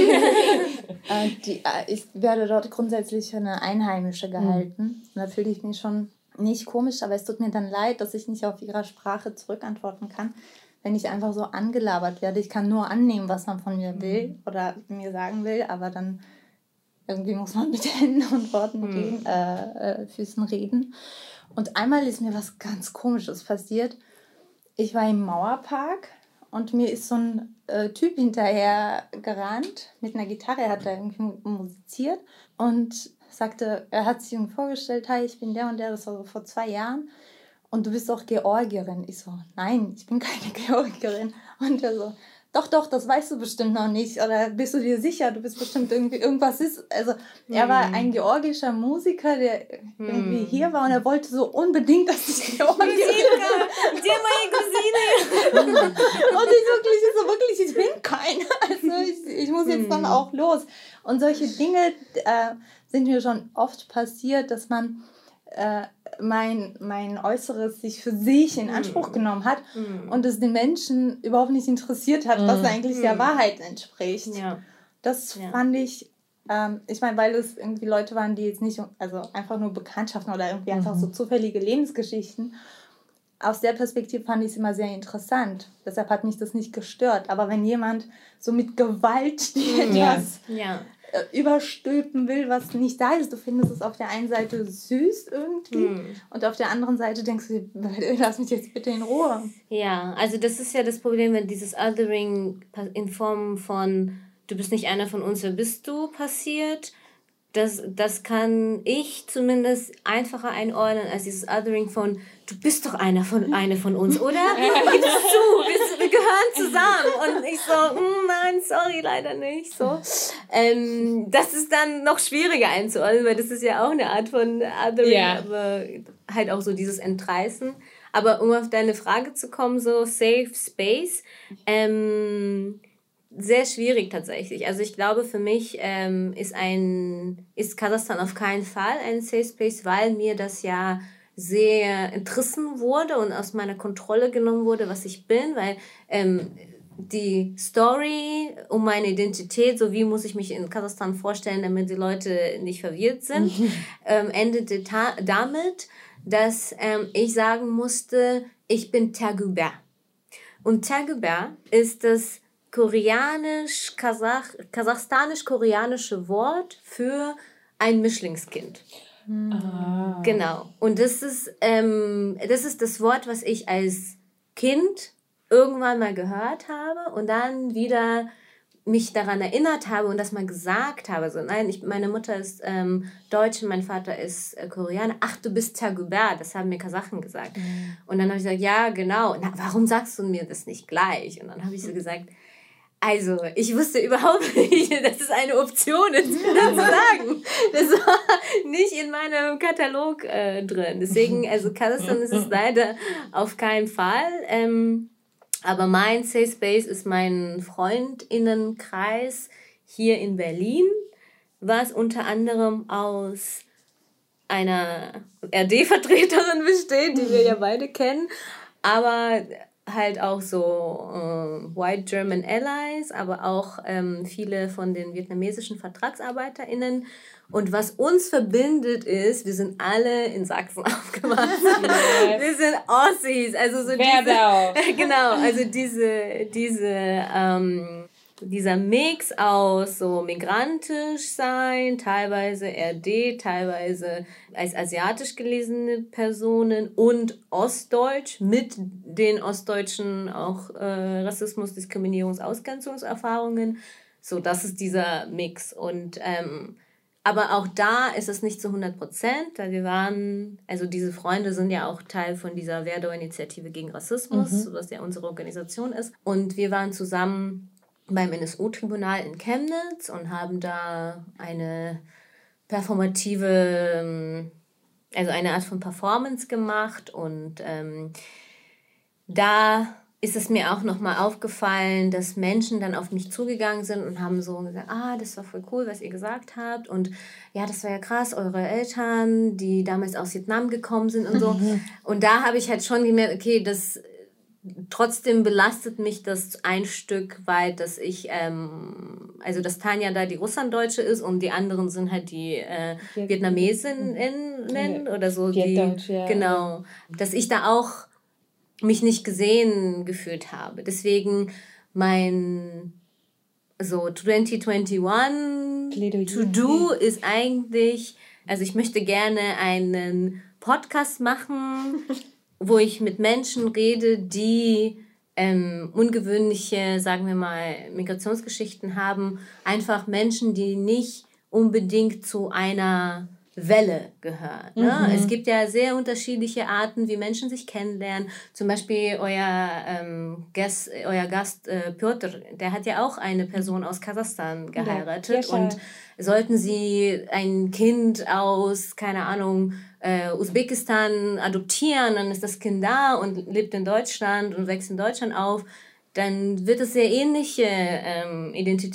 äh, die, äh, ich werde dort grundsätzlich für eine Einheimische gehalten. Mm. Und da fühle ich mich schon nicht komisch, aber es tut mir dann leid, dass ich nicht auf ihrer Sprache zurückantworten kann, wenn ich einfach so angelabert werde. Ich kann nur annehmen, was man von mir will mm. oder mir sagen will, aber dann irgendwie muss man mit Händen und Worten mm. reden, äh, äh, Füßen reden. Und einmal ist mir was ganz Komisches passiert. Ich war im Mauerpark und mir ist so ein äh, Typ hinterher gerannt mit einer Gitarre. Er hat da irgendwie musiziert und sagte, er hat sich irgendwie vorgestellt, hi, ich bin der und der, das war so vor zwei Jahren. Und du bist doch Georgierin. Ich so, nein, ich bin keine Georgierin. Und er so, doch, doch, das weißt du bestimmt noch nicht. Oder bist du dir sicher, du bist bestimmt irgendwie, irgendwas ist. Also er war ein georgischer Musiker, der irgendwie hier war und er wollte so unbedingt, dass ich Georgierin bin. Die meine Cousine. Und ich wirklich, ich so wirklich, ich bin keine. Also ich, ich muss jetzt dann auch los. Und solche Dinge äh, sind mir schon oft passiert, dass man äh, mein, mein Äußeres sich für sich in Anspruch genommen hat mm. und es den Menschen überhaupt nicht interessiert hat, mm. was eigentlich mm. der Wahrheit entspricht. Ja. Das ja. fand ich, ähm, ich meine, weil es irgendwie Leute waren, die jetzt nicht, also einfach nur Bekanntschaften oder irgendwie mhm. einfach so zufällige Lebensgeschichten. Aus der Perspektive fand ich es immer sehr interessant. Deshalb hat mich das nicht gestört. Aber wenn jemand so mit Gewalt dir etwas ja. Ja. überstülpen will, was nicht da ist. Du findest es auf der einen Seite süß irgendwie hm. und auf der anderen Seite denkst du, lass mich jetzt bitte in Ruhe. Ja, also das ist ja das Problem, wenn dieses Othering in Form von du bist nicht einer von uns, wer bist du, passiert, das, das kann ich zumindest einfacher einordnen als dieses Othering von, du bist doch einer von, eine von uns, oder? Gib es zu, wir, wir gehören zusammen. Und ich so, mm, nein, sorry, leider nicht. So. Ähm, das ist dann noch schwieriger einzuordnen, weil das ist ja auch eine Art von Othering, ja. aber halt auch so dieses Entreißen. Aber um auf deine Frage zu kommen, so Safe Space, ähm, sehr schwierig tatsächlich. Also ich glaube, für mich ähm, ist ein ist Kasachstan auf keinen Fall ein Safe Space, weil mir das ja sehr entrissen wurde und aus meiner Kontrolle genommen wurde, was ich bin, weil ähm, die Story um meine Identität, so wie muss ich mich in Kasachstan vorstellen, damit die Leute nicht verwirrt sind, ähm, endete ta- damit, dass ähm, ich sagen musste, ich bin Tergüber. Und Tergüber ist das koreanisch, Kasach, kasachstanisch-koreanische Wort für ein Mischlingskind. Ah. Genau. Und das ist, ähm, das ist das Wort, was ich als Kind irgendwann mal gehört habe und dann wieder mich daran erinnert habe und das mal gesagt habe. So, nein, ich, meine Mutter ist ähm, Deutsch und mein Vater ist äh, Koreaner. Ach, du bist Tergüber, das haben mir Kasachen gesagt. Mhm. Und dann habe ich gesagt, ja, genau. Na, warum sagst du mir das nicht gleich? Und dann habe ich so gesagt, also, ich wusste überhaupt nicht, dass es eine Option ist, das zu sagen. Das war nicht in meinem Katalog äh, drin. Deswegen, also Kasachstan ist es leider auf keinen Fall. Ähm, aber mein Safe Space ist mein Freundinnenkreis hier in Berlin, was unter anderem aus einer R D-Vertreterin besteht, die wir ja beide kennen, aber halt auch so äh, White German Allies, aber auch ähm, viele von den vietnamesischen VertragsarbeiterInnen. Und was uns verbindet ist, wir sind alle in Sachsen aufgewachsen. Yes. Wir sind Aussies. Also so diese, genau, also diese, diese, ähm, dieser Mix aus so migrantisch sein, teilweise R D, teilweise als asiatisch gelesene Personen und Ostdeutsch mit den ostdeutschen auch äh, Rassismus, Diskriminierungs-, Ausgrenzungserfahrungen. So, das ist dieser Mix. Und ähm, aber auch da ist es nicht zu hundert Prozent, weil wir waren, also diese Freunde sind ja auch Teil von dieser Werdau-Initiative gegen Rassismus, mhm. was ja unsere Organisation ist. Und wir waren zusammen beim N S U-Tribunal in Chemnitz und haben da eine performative, also eine Art von Performance gemacht. Und ähm, da ist es mir auch nochmal aufgefallen, dass Menschen dann auf mich zugegangen sind und haben so gesagt, ah, das war voll cool, was ihr gesagt habt. Und ja, das war ja krass, eure Eltern, die damals aus Vietnam gekommen sind und so. Mhm. Und da habe ich halt schon gemerkt, okay, das trotzdem belastet mich das ein Stück weit, dass ich, ähm, also dass Tanja da die Russlanddeutsche ist und die anderen sind halt die äh, Vietnamesinnen oder so. Die, ja. Genau. Dass ich da auch mich nicht gesehen gefühlt habe. Deswegen mein so zwanzig einundzwanzig To-Do ist eigentlich, also ich möchte gerne einen Podcast machen, wo ich mit Menschen rede, die ähm, ungewöhnliche, sagen wir mal, Migrationsgeschichten haben. Einfach Menschen, die nicht unbedingt zu einer Welle gehören. Ne? Mhm. Es gibt ja sehr unterschiedliche Arten, wie Menschen sich kennenlernen. Zum Beispiel euer, ähm, Gast, euer Gast äh, Piotr, der hat ja auch eine Person aus Kasachstan geheiratet. Ja, und sollten sie ein Kind aus, keine Ahnung, äh, Usbekistan adoptieren, dann ist das Kind da und lebt in Deutschland und wächst in Deutschland auf, dann wird es sehr ähnliche ähm,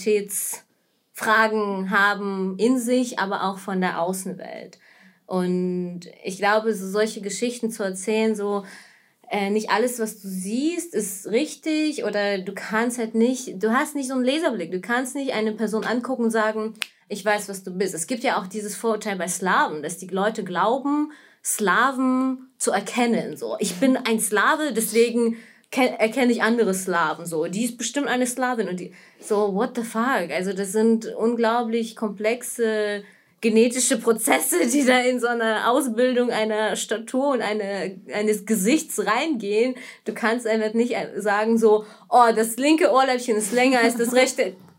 Identitätsfragen haben in sich, aber auch von der Außenwelt. Und ich glaube, so solche Geschichten zu erzählen, so äh, nicht alles, was du siehst, ist richtig oder du kannst halt nicht, du hast nicht so einen Laserblick, du kannst nicht eine Person angucken und sagen, ich weiß, was du bist. Es gibt ja auch dieses Vorurteil bei Slawen, dass die Leute glauben, Slawen zu erkennen. So, ich bin ein Slave, deswegen ke- erkenne ich andere Slawen. So, die ist bestimmt eine Slawin. Und die, so, what the fuck? Also das sind unglaublich komplexe genetische Prozesse, die da in so einer Ausbildung einer Statur und eine, eines Gesichts reingehen. Du kannst einfach nicht sagen so, oh, das linke Ohrläppchen ist länger als das rechte.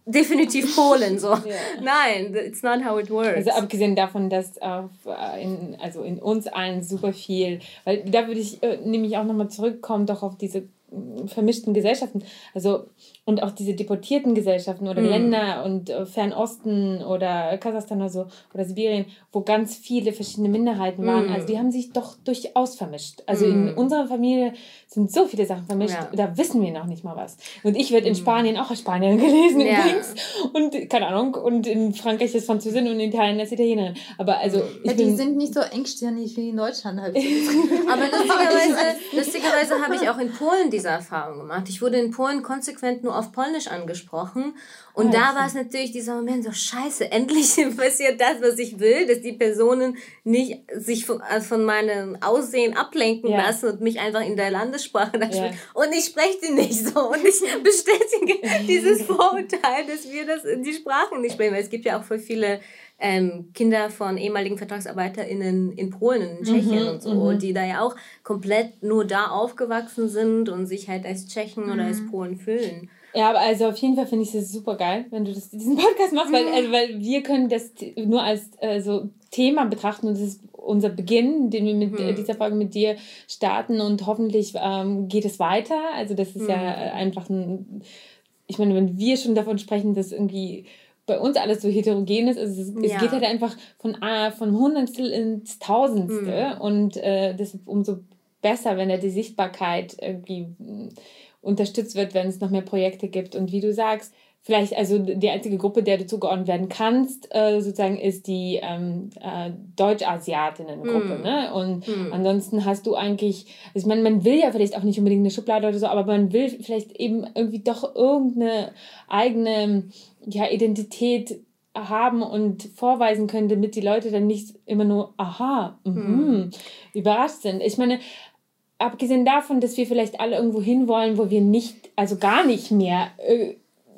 definitiv Polen. So. Yeah. Nein, it's not how it works. Also abgesehen davon, dass auf, in, also in uns allen super viel, weil da würde ich äh, nämlich auch nochmal zurückkommen, doch auf diese vermischten Gesellschaften, also und auch diese deportierten Gesellschaften oder mm. Länder und äh, Fernosten oder Kasachstan oder so oder Sibirien, wo ganz viele verschiedene Minderheiten waren, mm. also die haben sich doch durchaus vermischt. Also mm. in unserer Familie sind so viele Sachen vermischt, ja. da wissen wir noch nicht mal was. Und ich werde in Spanien auch als Spanierin gelesen ja. übrigens und keine Ahnung und in Frankreich ist Französin und in Italien ist Italienerin. Aber also ich ja, die bin, sind nicht so engstirnig wie in Deutschland halt. Aber lustigerweise, lustigerweise habe ich auch in Polen diese Erfahrung gemacht. Ich wurde in Polen konsequent nur auf Polnisch angesprochen und oh, da war es natürlich dieser Moment so, scheiße, endlich passiert das, was ich will, dass die Personen nicht sich von, also von meinem Aussehen ablenken ja. lassen und mich einfach in der Landessprache ja. sprechen. Und ich spreche die nicht so und ich bestätige dieses Vorurteil, dass wir das in die Sprachen nicht sprechen, weil es gibt ja auch voll viele Ähm, Kinder von ehemaligen VertragsarbeiterInnen in Polen, in Tschechien mhm, und so, mhm. die da ja auch komplett nur da aufgewachsen sind und sich halt als Tschechen mhm. oder als Polen fühlen. Ja, aber also auf jeden Fall finde ich es super geil, wenn du das, diesen Podcast machst, mhm. weil, also, weil wir können das nur als äh, so Thema betrachten und das ist unser Beginn, den wir mit mhm. dieser Folge mit dir starten und hoffentlich ähm, geht es weiter. Also das ist mhm. ja einfach ein, ich meine, wenn wir schon davon sprechen, dass irgendwie bei uns alles so heterogen ist, also es, ja. es geht halt einfach von, äh, von Hundertstel ins Tausendste mhm. und äh, das ist umso besser, wenn da die Sichtbarkeit irgendwie unterstützt wird, wenn es noch mehr Projekte gibt und wie du sagst, vielleicht also die einzige Gruppe, der du zugeordnet werden kannst, äh, sozusagen ist die ähm, äh, Deutsch-Asiatinnen-Gruppe, mm. ne? Und mm. ansonsten hast du eigentlich, also ich meine, man will ja vielleicht auch nicht unbedingt eine Schublade oder so, aber man will vielleicht eben irgendwie doch irgendeine eigene ja, Identität haben und vorweisen können, damit die Leute dann nicht immer nur, aha, mm. mm, überrascht sind. Ich meine, abgesehen davon, dass wir vielleicht alle irgendwo hinwollen, wo wir nicht, also gar nicht mehr äh,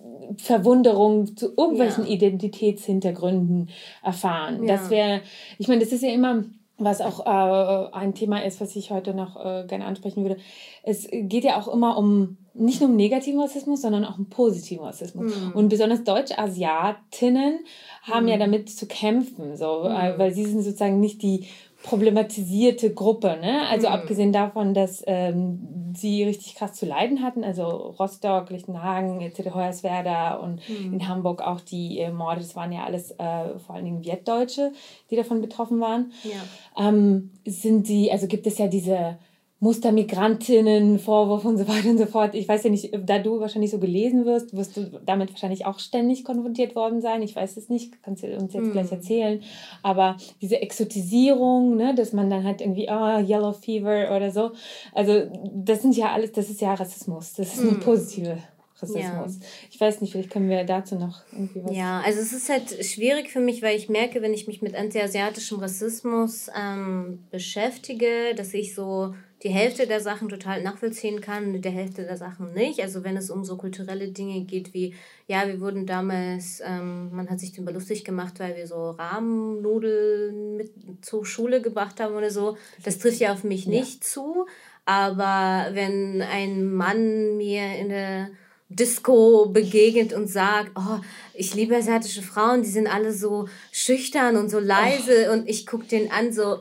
Verwunderung zu irgendwelchen ja. Identitätshintergründen erfahren. Ja. Das wäre, ich meine, das ist ja immer, was auch äh, ein Thema ist, was ich heute noch äh, gerne ansprechen würde. Es geht ja auch immer um, nicht nur um negativen Rassismus, sondern auch um positiven Rassismus. Mhm. Und besonders Deutsch-Asiatinnen haben mhm. ja damit zu kämpfen, so, mhm. äh, weil sie sind sozusagen nicht die problematisierte Gruppe, ne? Also mhm. abgesehen davon, dass ähm, sie richtig krass zu leiden hatten, also Rostock, Lichtenhagen, et cetera, Hoyerswerda und mhm. in Hamburg auch die äh, Morde, das waren ja alles äh, vor allen Dingen Vietdeutsche, die davon betroffen waren. Ja. Ähm, sind sie, also gibt es ja diese Mustermigrantinnen, Vorwurf und so weiter und so fort. Ich weiß ja nicht, da du wahrscheinlich so gelesen wirst, wirst du damit wahrscheinlich auch ständig konfrontiert worden sein. Ich weiß es nicht, kannst du uns jetzt mm. gleich erzählen. Aber diese Exotisierung, ne, dass man dann halt irgendwie, oh, Yellow Fever oder so. Also das sind ja alles, das ist ja Rassismus. Das ist mm. eine positive Rassismus. Ja. Ich weiß nicht, vielleicht können wir dazu noch irgendwie was... Ja, also es ist halt schwierig für mich, weil ich merke, wenn ich mich mit antiasiatischem Rassismus ähm, beschäftige, dass ich so die Hälfte der Sachen total nachvollziehen kann und die Hälfte der Sachen nicht. Also wenn es um so kulturelle Dinge geht wie, ja, wir wurden damals, ähm, man hat sich darüber lustig gemacht, weil wir so Rahmennudeln mit zur Schule gebracht haben oder so. Das trifft ja auf mich ja. nicht zu. Aber wenn ein Mann mir in der Disco begegnet und sagt, oh, ich liebe asiatische Frauen, die sind alle so schüchtern und so leise oh. und ich gucke den an so,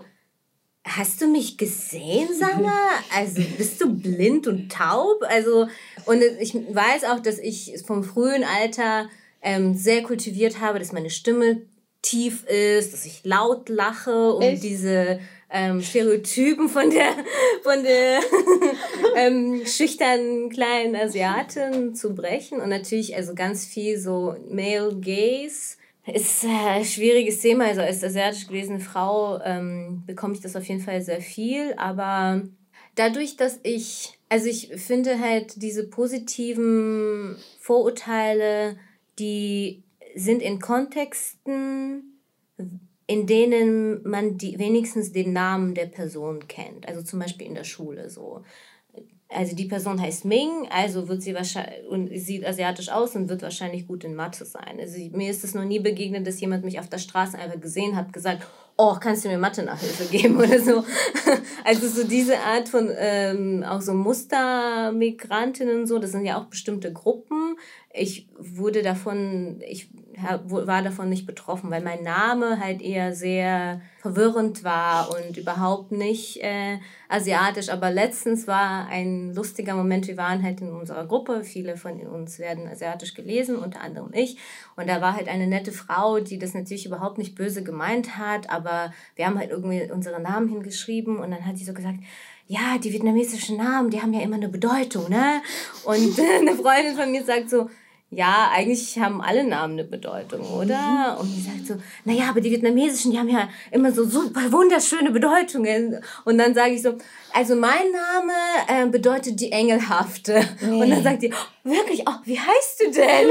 hast du mich gesehen, sag mal? Also bist du blind und taub? Also und ich weiß auch, dass ich vom frühen Alter ähm, sehr kultiviert habe, dass meine Stimme tief ist, dass ich laut lache, um Echt? diese ähm, Stereotypen von der von der ähm, schüchternen kleinen Asiatin zu brechen und natürlich also ganz viel so Male Gaze. Ist ein schwieriges Thema, also als asiatisch gelesene Frau ähm, bekomme ich das auf jeden Fall sehr viel, aber dadurch, dass ich, also ich finde halt diese positiven Vorurteile, die sind in Kontexten, in denen man die, wenigstens den Namen der Person kennt, also zum Beispiel in der Schule so. Also die Person heißt Ming, also wird sie wahrscheinlich und sieht asiatisch aus und wird wahrscheinlich gut in Mathe sein. Also mir ist es noch nie begegnet, dass jemand mich auf der Straße einfach gesehen hat, gesagt, oh, kannst du mir Mathe-Nachhilfe geben oder so. Also so diese Art von, ähm, auch so Mustermigrantinnen und so, das sind ja auch bestimmte Gruppen. Ich wurde davon, ich war davon nicht betroffen, weil mein Name halt eher sehr verwirrend war und überhaupt nicht äh, asiatisch. Aber letztens war ein lustiger Moment, wir waren halt in unserer Gruppe, viele von uns werden asiatisch gelesen, unter anderem ich. Und da war halt eine nette Frau, die das natürlich überhaupt nicht böse gemeint hat, aber wir haben halt irgendwie unsere Namen hingeschrieben und dann hat sie so gesagt, ja, die vietnamesischen Namen, die haben ja immer eine Bedeutung, ne? Und äh, eine Freundin von mir sagt so, ja, eigentlich haben alle Namen eine Bedeutung, oder? Und die sagt so, naja, aber die vietnamesischen, die haben ja immer so super wunderschöne Bedeutungen. Und dann sage ich so, also mein Name äh, bedeutet die Engelhafte. Nee. Und dann sagt die, oh, wirklich, oh, wie heißt du denn?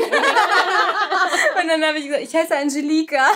Und dann habe ich gesagt, ich heiße Angelika.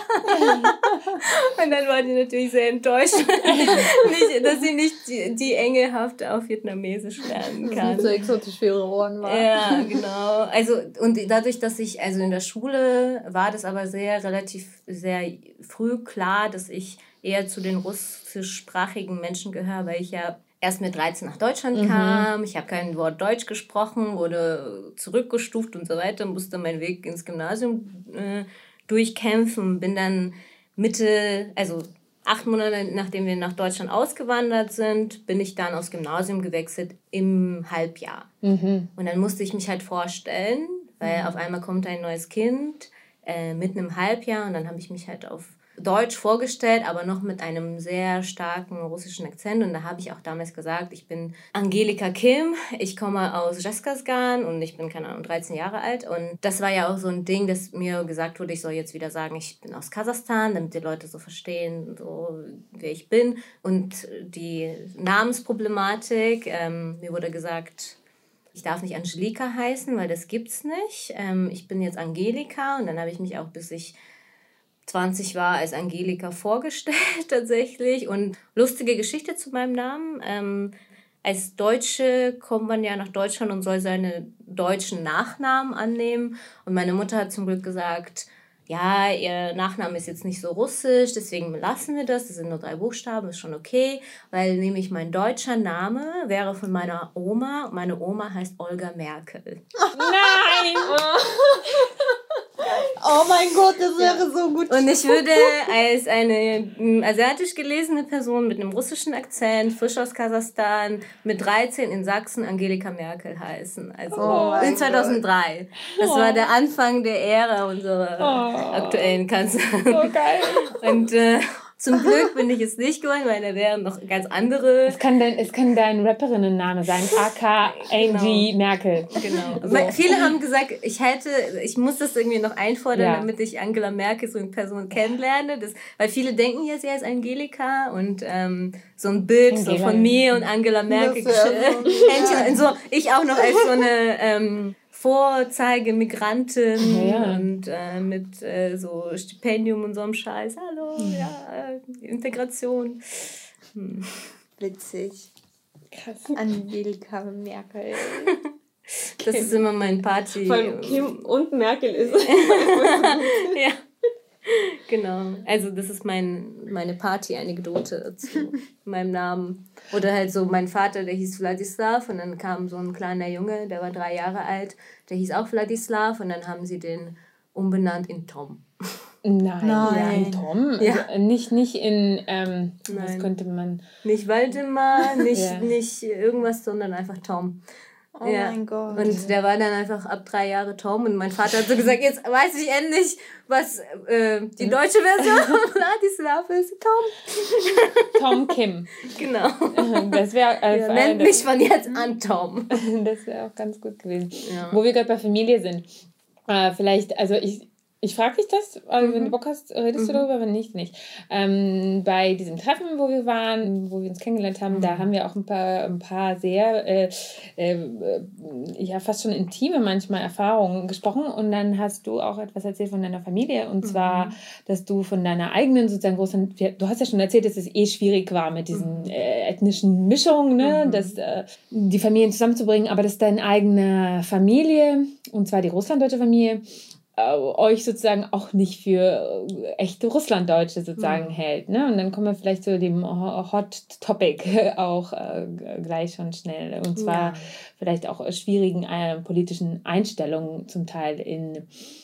Und dann war die natürlich sehr enttäuscht, nicht, dass sie nicht die, die Engelhafte auf Vietnamesisch lernen kann. Das ist so exotisch für ihre Ohren war. Ja, genau. Also, und dadurch, dass ich, also in der Schule war das aber sehr, relativ, sehr früh klar, dass ich eher zu den russischsprachigen Menschen gehöre, weil ich ja erst mit dreizehn nach Deutschland kam. Mhm. Ich habe kein Wort Deutsch gesprochen, wurde zurückgestuft und so weiter, musste meinen Weg ins Gymnasium äh, durchkämpfen. Bin dann Mitte, also acht Monate nachdem wir nach Deutschland ausgewandert sind, bin ich dann aufs Gymnasium gewechselt im Halbjahr. Mhm. Und dann musste ich mich halt vorstellen, weil mhm. auf einmal kommt ein neues Kind äh, mitten im Halbjahr und dann habe ich mich halt auf Deutsch vorgestellt, aber noch mit einem sehr starken russischen Akzent. Und da habe ich auch damals gesagt, ich bin Angelika Kim, ich komme aus Zhezkazgan und ich bin, keine Ahnung, dreizehn Jahre alt. Und das war ja auch so ein Ding, dass mir gesagt wurde, ich soll jetzt wieder sagen, ich bin aus Kasachstan, damit die Leute so verstehen, so wer ich bin. Und die Namensproblematik, ähm, mir wurde gesagt, ich darf nicht Angelika heißen, weil das gibt's nicht. Ähm, ich bin jetzt Angelika und dann habe ich mich auch, bis ich zwanzig war, als Angelika vorgestellt tatsächlich. Und lustige Geschichte zu meinem Namen. Ähm, als Deutsche kommt man ja nach Deutschland und soll seine deutschen Nachnamen annehmen. Und meine Mutter hat zum Glück gesagt, ja, ihr Nachname ist jetzt nicht so russisch, deswegen lassen wir das. Das sind nur drei Buchstaben, ist schon okay. Weil nämlich mein deutscher Name wäre von meiner Oma. Und meine Oma heißt Olga Merkel. Nein! Oh mein Gott, das wäre ja so gut. Und ich würde als eine asiatisch gelesene Person mit einem russischen Akzent, frisch aus Kasachstan, mit dreizehn in Sachsen Angelika Merkel heißen. Also oh in zweitausenddrei. Gott. Das war der Anfang der Ära unserer oh. aktuellen Kanzlerin. So geil. Und äh, zum Glück bin ich es nicht geworden, weil da wären noch ganz andere. Es kann dein, es kann dein Rapperinnenname sein, aka Angie genau. Merkel. Genau. So. Viele haben gesagt, ich hätte, ich muss das irgendwie noch einfordern, ja. damit ich Angela Merkel so in Person kennenlerne. Das, weil viele denken ja, sie heißt Angelika und ähm, so ein Bild so von mir und Angela Merkel. Das ja so, so, ich auch noch als so eine ähm, Vorzeige-Migrantin ja. und äh, mit äh, so Stipendium und so einem Scheiß. Hallo, hm. ja, äh, Integration. Hm. Witzig. Krass. Angelika Merkel. Das Kim. Ist immer mein Party. Vor allem Kim und Merkel ist. Ja. Genau, also das ist mein, meine Party-Anekdote zu meinem Namen. Oder halt so mein Vater, der hieß Wladislav und dann kam so ein kleiner Junge, der war drei Jahre alt, der hieß auch Wladislav und dann haben sie den umbenannt in Tom. Nein, Nein. in Tom? Ja. Also nicht, nicht in, ähm, was könnte man... Nicht Waldemar, nicht, ja. nicht irgendwas, sondern einfach Tom. Oh ja. mein Gott. Und der war dann einfach ab drei Jahre Tom und mein Vater hat so gesagt, jetzt weiß ich endlich, was äh, die deutsche Version von Wladislav ist. Tom. Tom Kim. Genau. Das wäre äh, ja, nennt mich von jetzt an Tom. Das wäre auch ganz gut gewesen. Ja. Wo wir gerade bei Familie sind. Äh, vielleicht, also ich... Ich frage dich das, also mhm. wenn du Bock hast, redest mhm. du darüber, wenn nicht, nicht. Ähm, bei diesem Treffen, wo wir waren, wo wir uns kennengelernt haben, mhm. da haben wir auch ein paar, ein paar sehr, äh, äh, ja fast schon intime manchmal Erfahrungen gesprochen und dann hast du auch etwas erzählt von deiner Familie und mhm. zwar, dass du von deiner eigenen sozusagen großen, du hast ja schon erzählt, dass es eh schwierig war mit diesen mhm. äh, ethnischen Mischungen, ne, mhm. dass, äh, die Familien zusammenzubringen, aber dass deine eigene Familie, und zwar die russlanddeutsche Familie, äh, euch sozusagen auch nicht für äh, echte Russlanddeutsche sozusagen mhm. hält. Ne? Und dann kommen wir vielleicht zu dem Hot Topic auch äh, gleich schon schnell. Und zwar ja. vielleicht auch schwierigen äh, politischen Einstellungen zum Teil in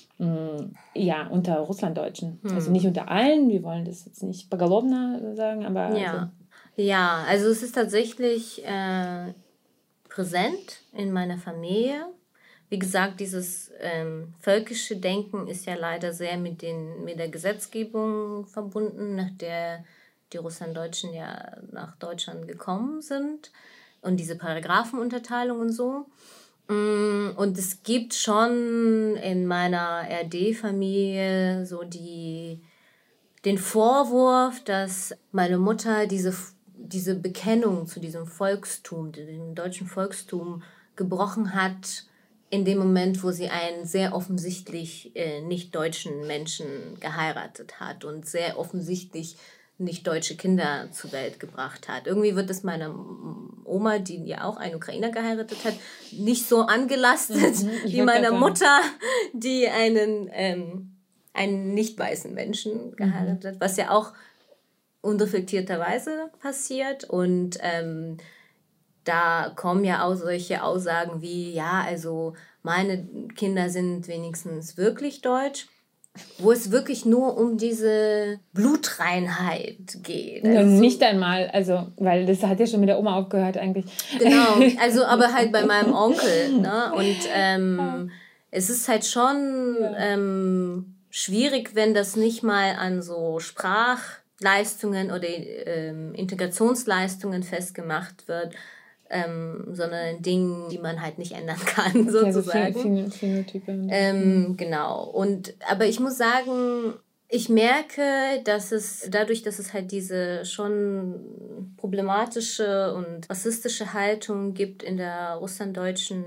ja, unter Russlanddeutschen. Hm. Also nicht unter allen, wir wollen das jetzt nicht Bagalowna sagen, aber... Ja, also, ja, also es ist tatsächlich äh, präsent in meiner Familie. Wie gesagt, dieses ähm, völkische Denken ist ja leider sehr mit, den, mit der Gesetzgebung verbunden, nach der die Russlanddeutschen ja nach Deutschland gekommen sind und diese Paragraphenunterteilung und so. Und es gibt schon in meiner R D-Familie so die, den Vorwurf, dass meine Mutter diese, diese Bekennung zu diesem Volkstum, dem deutschen Volkstum, gebrochen hat, in dem Moment, wo sie einen sehr offensichtlich äh, nicht deutschen Menschen geheiratet hat und sehr offensichtlich nicht deutsche Kinder zur Welt gebracht hat. Irgendwie wird es meiner Oma, die ja auch einen Ukrainer geheiratet hat, nicht so angelastet mhm, wie meiner Mutter, die einen, ähm, einen nicht weißen Menschen geheiratet hat, mhm. was ja auch unreflektierterweise passiert. Und ähm, da kommen ja auch solche Aussagen wie, ja, also meine Kinder sind wenigstens wirklich deutsch, wo es wirklich nur um diese Blutreinheit geht. Also nicht einmal, also, weil das hat ja schon mit der Oma aufgehört eigentlich. Genau, also aber halt bei meinem Onkel. Ne? Und ähm, es ist halt schon ähm, schwierig, wenn das nicht mal an so Sprachleistungen oder ähm, Integrationsleistungen festgemacht wird, Ähm, sondern Dingen, die man halt nicht ändern kann, sozusagen. Ja, so Phänotypen. Ähm, genau. Und, aber ich muss sagen, ich merke, dass es dadurch, dass es halt diese schon problematische und rassistische Haltung gibt in der russlanddeutschen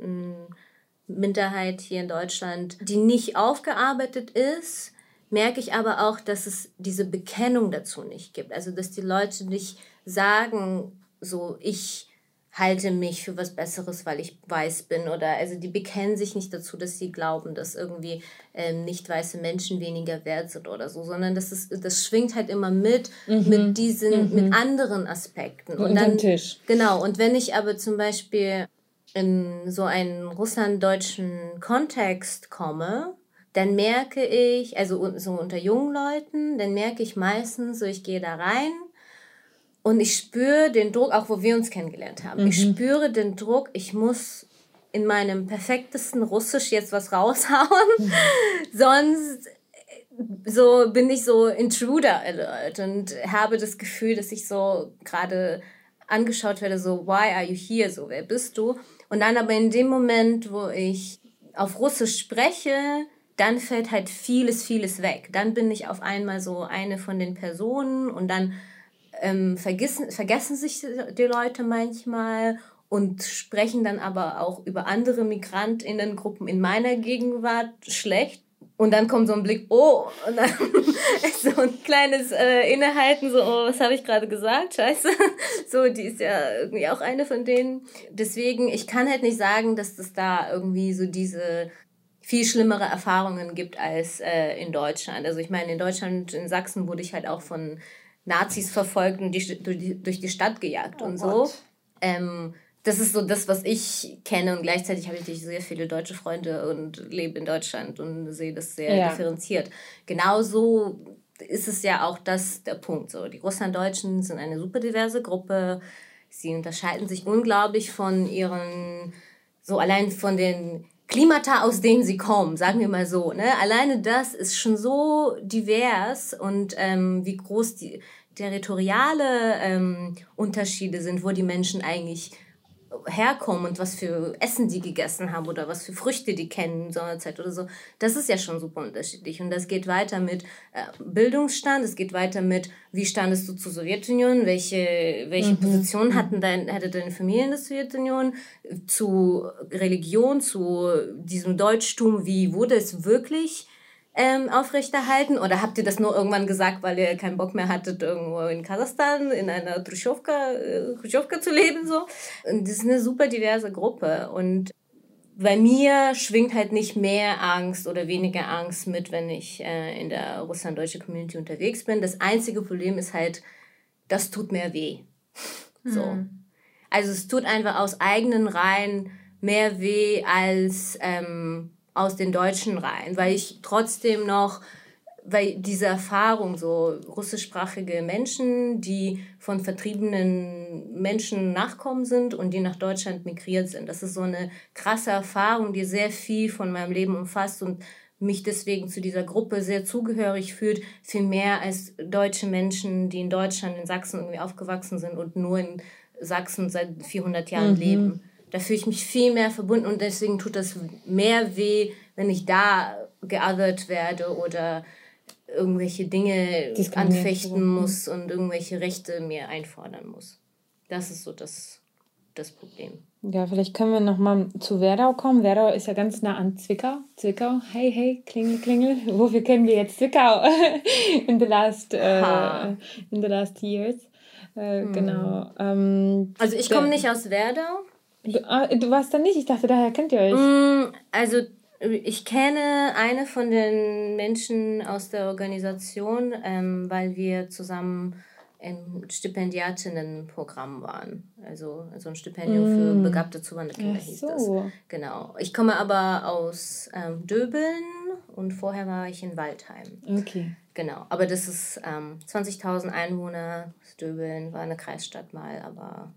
Minderheit hier in Deutschland, die nicht aufgearbeitet ist, merke ich aber auch, dass es diese Bekennung dazu nicht gibt. Also, dass die Leute nicht sagen, so, ich halte mich für was Besseres, weil ich weiß bin. Oder also die bekennen sich nicht dazu, dass sie glauben, dass irgendwie ähm, nicht weiße Menschen weniger wert sind oder so, sondern das, ist, das schwingt halt immer mit, mhm. mit diesen, mhm. mit anderen Aspekten. Und dann, Tisch. Genau, und wenn ich aber zum Beispiel in so einen russlanddeutschen Kontext komme, dann merke ich, also so unter jungen Leuten, dann merke ich meistens, so ich gehe da rein, und ich spüre den Druck, auch wo wir uns kennengelernt haben. Mhm. Ich spüre den Druck, ich muss in meinem perfektesten Russisch jetzt was raushauen. Mhm. Sonst so bin ich so Intruder alert und habe das Gefühl, dass ich so gerade angeschaut werde, so, why are you here? So, wer bist du? Und dann aber in dem Moment, wo ich auf Russisch spreche, dann fällt halt vieles, vieles weg. Dann bin ich auf einmal so eine von den Personen und dann Ähm, vergessen, vergessen sich die Leute manchmal und sprechen dann aber auch über andere MigrantInnengruppen in meiner Gegenwart schlecht. Und dann kommt so ein Blick, oh, und dann ist so ein kleines äh, Innehalten, so, oh, was habe ich gerade gesagt? Scheiße. So, die ist ja irgendwie auch eine von denen. Deswegen, ich kann halt nicht sagen, dass es da irgendwie so diese viel schlimmere Erfahrungen gibt als äh, in Deutschland. Also ich meine, in Deutschland, in Sachsen wurde ich halt auch von Nazis verfolgt und die, durch, die, durch die Stadt gejagt oh und so. Ähm, das ist so das, was ich kenne und gleichzeitig habe ich sehr viele deutsche Freunde und lebe in Deutschland und sehe das sehr ja. differenziert. Genauso ist es ja auch das der Punkt. So. Die Russlanddeutschen sind eine super diverse Gruppe. Sie unterscheiden sich unglaublich von ihren, so allein von den Klimata, aus denen sie kommen, sagen wir mal so. Ne? Alleine das ist schon so divers und ähm, wie groß die territoriale ähm, Unterschiede sind, wo die Menschen eigentlich herkommen und was für Essen die gegessen haben oder was für Früchte die kennen in Sommerzeit oder so. Das ist ja schon super unterschiedlich. Und das geht weiter mit äh, Bildungsstand, es geht weiter mit, wie standest du zur Sowjetunion, welche, welche mhm. Position hatten dein, hatte deine Familie in der Sowjetunion, zu Religion, zu diesem Deutschtum, wie wurde es wirklich ähm, aufrechterhalten? Oder habt ihr das nur irgendwann gesagt, weil ihr keinen Bock mehr hattet, irgendwo in Kasachstan in einer Chruschowka, äh, Chruschowka zu leben? So? Und das ist eine super diverse Gruppe. Und bei mir schwingt halt nicht mehr Angst oder weniger Angst mit, wenn ich äh, in der russlanddeutschen Community unterwegs bin. Das einzige Problem ist halt, das tut mir weh. So. Hm. Also es tut einfach aus eigenen Reihen mehr weh als ähm, aus den deutschen Reihen, weil ich trotzdem noch, weil diese Erfahrung, so russischsprachige Menschen, die von vertriebenen Menschen Nachkommen sind und die nach Deutschland migriert sind, das ist so eine krasse Erfahrung, die sehr viel von meinem Leben umfasst und mich deswegen zu dieser Gruppe sehr zugehörig fühlt, viel mehr als deutsche Menschen, die in Deutschland, in Sachsen irgendwie aufgewachsen sind und nur in Sachsen seit vierhundert Jahren mhm. leben. Da fühle ich mich viel mehr verbunden und deswegen tut das mehr weh, wenn ich da geothert werde oder irgendwelche Dinge anfechten muss und irgendwelche Rechte mir einfordern muss. Das ist so das, das Problem. Ja, vielleicht können wir nochmal zu Werdau kommen. Werdau ist ja ganz nah an Zwickau. Zwickau, hey, hey, klingel, klingel. Wofür kennen wir jetzt Zwickau in the last, uh, in the last years? Uh, hm. Genau. Um, also ich komme nicht aus Werdau. Du, du warst da nicht? Ich dachte, daher kennt ihr euch. Mm, also ich kenne eine von den Menschen aus der Organisation, ähm, weil wir zusammen im Stipendiatinnenprogramm waren. Also so ein Stipendium mm. für begabte Zuwanderkinder Ach hieß so. das. Genau. Ich komme aber aus ähm, Döbeln und vorher war ich in Waldheim. Okay. Genau. Aber das ist ähm, zwanzigtausend Einwohner. Döbeln war eine Kreisstadt mal, aber...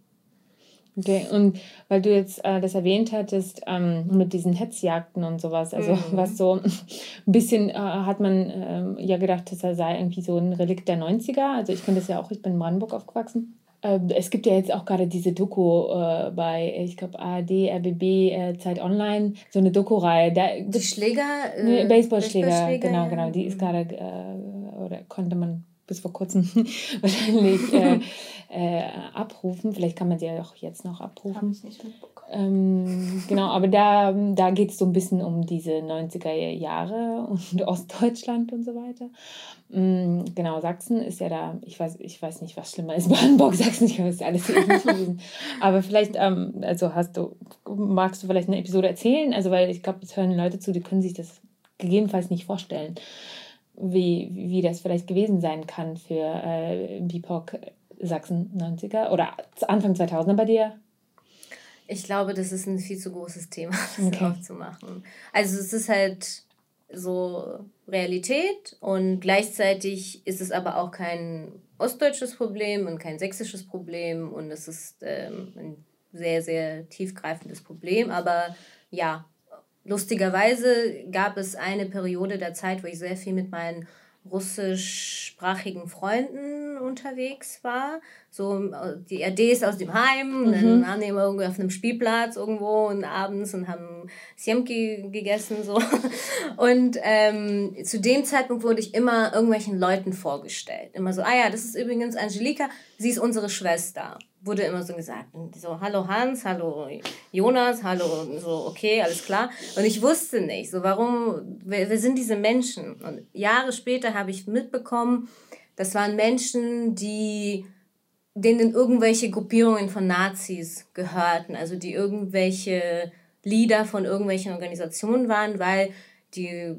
Okay, und weil du jetzt äh, das erwähnt hattest, ähm, mit diesen Hetzjagden und sowas, also mhm. was so ein bisschen äh, hat man äh, ja gedacht, das sei irgendwie so ein Relikt der neunziger. Also ich finde das ja auch, ich bin in Brandenburg aufgewachsen. Äh, es gibt ja jetzt auch gerade diese Doku äh, bei, ich glaube, A R D, R B B, äh, Zeit Online, so eine Doku-Reihe. Da, die Schläger? Äh, ne, Baseballschläger, Baseballschläger, genau, ja. genau. Die ist gerade, äh, oder konnte man bis vor kurzem wahrscheinlich äh, äh, abrufen. Vielleicht kann man sie ja auch jetzt noch abrufen. Habe ich nicht mitbekommen. Ähm, genau, aber da, da geht es so ein bisschen um diese neunziger Jahre und Ostdeutschland und so weiter. Ähm, genau, Sachsen ist ja da, ich weiß, ich weiß nicht, was schlimmer ist. Brandenburg, Sachsen, ich kann das alles nicht lesen. Aber vielleicht, ähm, also hast du, magst du vielleicht eine Episode erzählen? Also, weil ich glaube, es hören Leute zu, die können sich das gegebenenfalls nicht vorstellen. Wie, wie das vielleicht gewesen sein kann für äh, B I P O C Sachsen neunziger oder Anfang zweitausender bei dir? Ich glaube, das ist ein viel zu großes Thema, das okay. aufzumachen. Also es ist halt so Realität und gleichzeitig ist es aber auch kein ostdeutsches Problem und kein sächsisches Problem und es ist ähm, ein sehr, sehr tiefgreifendes Problem. Aber ja, lustigerweise gab es eine Periode der Zeit, wo ich sehr viel mit meinen russischsprachigen Freunden unterwegs war. So die R Ds aus dem Heim, mhm. dann waren die immer irgendwie auf einem Spielplatz irgendwo und abends und haben Siemki gegessen. So. Und ähm, zu dem Zeitpunkt wurde ich immer irgendwelchen Leuten vorgestellt. Immer so, ah ja, das ist übrigens Angelika, sie ist unsere Schwester. Wurde immer so gesagt. Und so, hallo Hans, hallo Jonas, hallo, so, okay, alles klar. Und ich wusste nicht, so, warum, wer, wer sind diese Menschen? Und Jahre später habe ich mitbekommen, das waren Menschen, die, denen irgendwelche Gruppierungen von Nazis gehörten, also die irgendwelche Leader von irgendwelchen Organisationen waren, weil die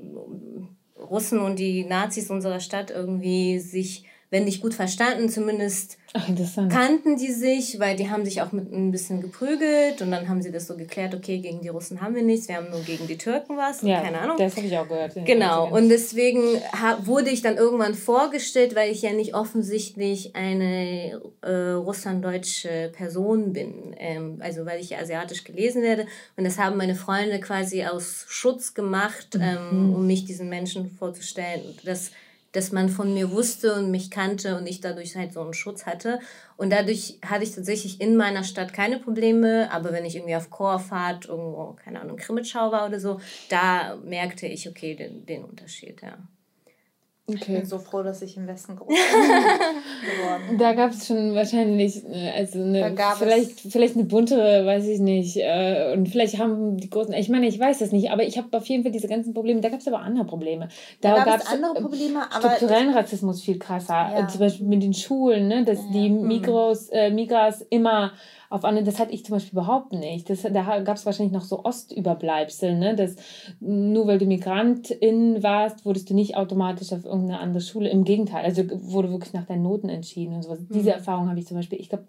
Russen und die Nazis unserer Stadt irgendwie sich, wenn nicht gut verstanden, zumindest Ach, kannten die sich, weil die haben sich auch mit ein bisschen geprügelt und dann haben sie das so geklärt, okay, gegen die Russen haben wir nichts, wir haben nur gegen die Türken was, ja, keine Ahnung. Das habe ich auch gehört. Genau, und deswegen ha- wurde ich dann irgendwann vorgestellt, weil ich ja nicht offensichtlich eine äh, russlanddeutsche Person bin, ähm, also weil ich ja asiatisch gelesen werde und das haben meine Freunde quasi aus Schutz gemacht, ähm, mhm. um mich diesen Menschen vorzustellen und das dass man von mir wusste und mich kannte und ich dadurch halt so einen Schutz hatte. Und dadurch hatte ich tatsächlich in meiner Stadt keine Probleme, aber wenn ich irgendwie auf Chorfahrt irgendwo, keine Ahnung, Krimitschau war oder so, da merkte ich, okay, den, den Unterschied, ja. Okay. Ich bin so froh, dass ich im Westen groß geworden bin. Da gab es schon wahrscheinlich also eine, vielleicht, vielleicht eine buntere, weiß ich nicht. Äh, und vielleicht haben die großen, ich meine, ich weiß das nicht, aber ich habe auf jeden Fall diese ganzen Probleme. Da gab es aber andere Probleme. Da, da gab es andere Probleme, aber strukturellen Rassismus viel krasser. Ja. Zum Beispiel mit den Schulen, ne, dass ja. die Migros, äh, Migras immer auf andere, das hatte ich zum Beispiel überhaupt nicht. Das, da gab es wahrscheinlich noch so Ostüberbleibsel, ne? Dass nur weil du Migrantin warst, wurdest du nicht automatisch auf irgendeine andere Schule. Im Gegenteil, also wurde wirklich nach deinen Noten entschieden und sowas. Mhm. Diese Erfahrung habe ich zum Beispiel, ich glaube,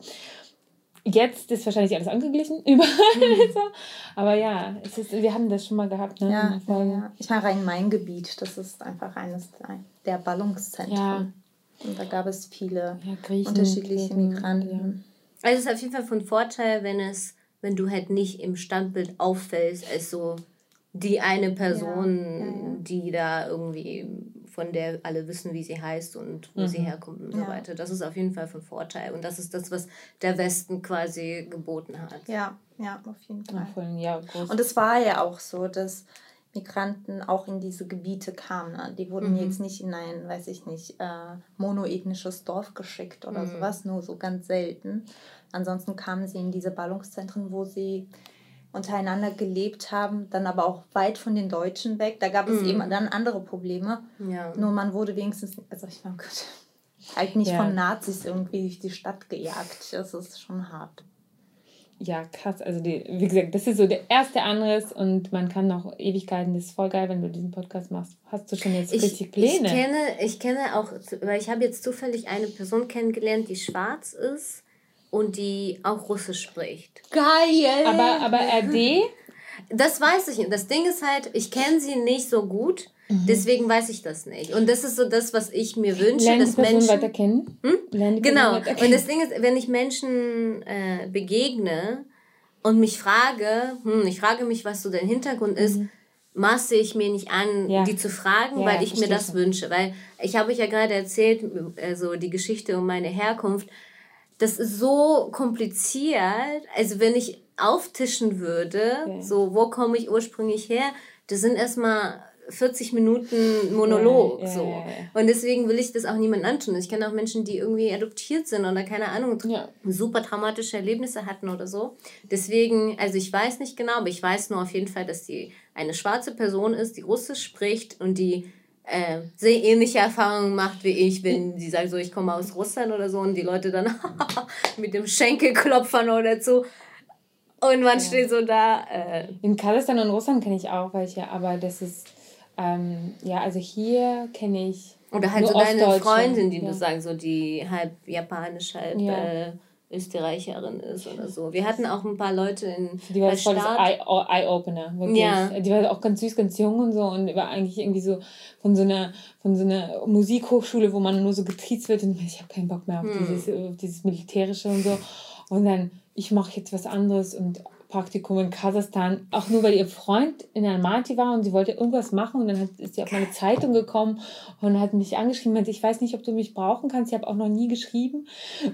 jetzt ist wahrscheinlich alles angeglichen, überall mhm. so. Aber ja, es ist, wir haben das schon mal gehabt. Ne? Ja, ja, ja. Ich meine, Rhein-Main-Gebiet, das ist einfach eines der Ballungszentren. Ja. Und da gab es viele ja, Griechen, unterschiedliche Griechen, Migranten. Ja. Also es ist auf jeden Fall von Vorteil, wenn es, wenn du halt nicht im Standbild auffällst, als so die eine Person, ja, ja, ja. die da irgendwie, von der alle wissen, wie sie heißt und wo mhm. sie herkommt und so ja. weiter. Das ist auf jeden Fall von Vorteil. Und das ist das, was der Westen quasi geboten hat. Ja, ja, auf jeden Fall. Ja, und es war ja auch so, dass Migranten auch in diese Gebiete kamen. Ne? Die wurden mhm. jetzt nicht in ein, weiß ich nicht, äh, monoethnisches Dorf geschickt oder mhm. sowas, nur so ganz selten. Ansonsten kamen sie in diese Ballungszentren, wo sie untereinander gelebt haben, dann aber auch weit von den Deutschen weg. Da gab es mhm. eben dann andere Probleme. Ja. Nur man wurde wenigstens, also ich meine, Gott, halt nicht ja. von Nazis irgendwie durch die Stadt gejagt. Das ist schon hart. Ja, krass. Also die, wie gesagt, das ist so der erste Anriss und man kann noch Ewigkeiten, das ist voll geil, wenn du diesen Podcast machst. Hast du schon jetzt ich, richtig Pläne? Ich kenne, ich kenne auch, weil ich habe jetzt zufällig eine Person kennengelernt, die schwarz ist und die auch Russisch spricht. Geil! Aber, aber R D? Das weiß ich nicht. Das Ding ist halt, ich kenne sie nicht so gut, mhm. deswegen weiß ich das nicht. Und das ist so das, was ich mir wünsche, Lernen dass die Person Menschen weiter kennen. Hm? Lernen die genau. Weiter kennen. Und das Ding ist, wenn ich Menschen äh, begegne und mich frage, hm, ich frage mich, was so dein Hintergrund ist, mhm. maße ich mir nicht an, ja. die zu fragen, ja, weil ich mir das schon. wünsche. Weil ich habe euch ja gerade erzählt, also die Geschichte um meine Herkunft. Das ist so kompliziert. Also wenn ich auftischen würde, okay. so wo komme ich ursprünglich her, das sind erstmal vierzig Minuten Monolog. Yeah, yeah, so. Yeah, yeah. Und deswegen will ich das auch niemandem antun. Ich kenne auch Menschen, die irgendwie adoptiert sind oder keine Ahnung, yeah. super traumatische Erlebnisse hatten oder so. Deswegen, also ich weiß nicht genau, aber ich weiß nur auf jeden Fall, dass die eine schwarze Person ist, die Russisch spricht und die äh, sehr ähnliche Erfahrungen macht wie ich, wenn sie sagt, so ich komme aus Russland oder so und die Leute dann mit dem Schenkelklopfern oder so. Und man ja. steht so da. Äh. In Kasachstan und Russland kenne ich auch welche, aber das ist, ähm, ja, also hier kenne ich. Oder halt so deine Freundin, die ja. du sagst, so die halb japanisch, halb ja. äh, Österreicherin ist oder so. Wir hatten auch ein paar Leute in die war voll das Eye-Opener, wirklich. Ja. Die war auch ganz süß, ganz jung und so und war eigentlich irgendwie so von so einer von so einer Musikhochschule, wo man nur so getriezt wird und ich habe keinen Bock mehr auf hm. dieses, auf dieses Militärische und so. Und dann, ich mache jetzt was anderes und Praktikum in Kasachstan, auch nur weil ihr Freund in Almaty war und sie wollte irgendwas machen und dann hat, ist sie auf meine Zeitung gekommen und hat mich angeschrieben und meinte, ich weiß nicht, ob du mich brauchen kannst, ich habe auch noch nie geschrieben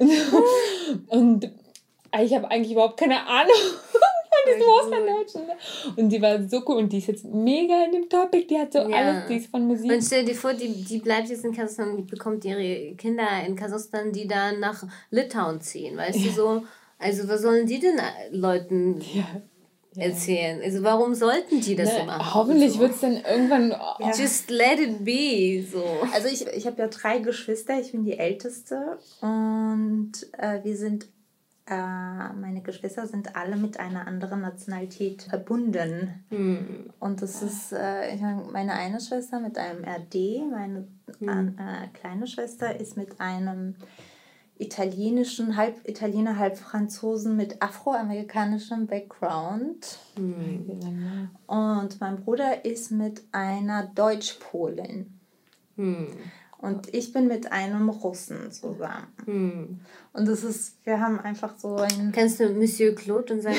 und ich habe eigentlich überhaupt keine Ahnung von diesem Russlanddeutschen und die war so cool und die ist jetzt mega in dem Topic, die hat so ja. alles, die ist von Musik. Und stell dir vor, die, die bleibt jetzt in Kasachstan, die bekommt ihre Kinder in Kasachstan, die dann nach Litauen ziehen, weißt ja. du, so. Also was sollen die denn Leuten ja, ja. erzählen? Also warum sollten die das Na, machen? Hoffentlich so? Wird es dann irgendwann... Oh. Just let it be. So. Also ich, ich habe ja drei Geschwister, ich bin die Älteste und äh, wir sind, äh, meine Geschwister sind alle mit einer anderen Nationalität verbunden. Hm. Und das ist äh, meine eine Schwester mit einem R D, meine hm. äh, kleine Schwester ist mit einem... italienischen, halb Italiener, halb Franzosen mit afroamerikanischem Background. Mhm. Und mein Bruder ist mit einer Deutsch-Polin. Mhm. Und ich bin mit einem Russen zusammen. Mhm. Und das ist, wir haben einfach so ein... Kennst du Monsieur Claude und seine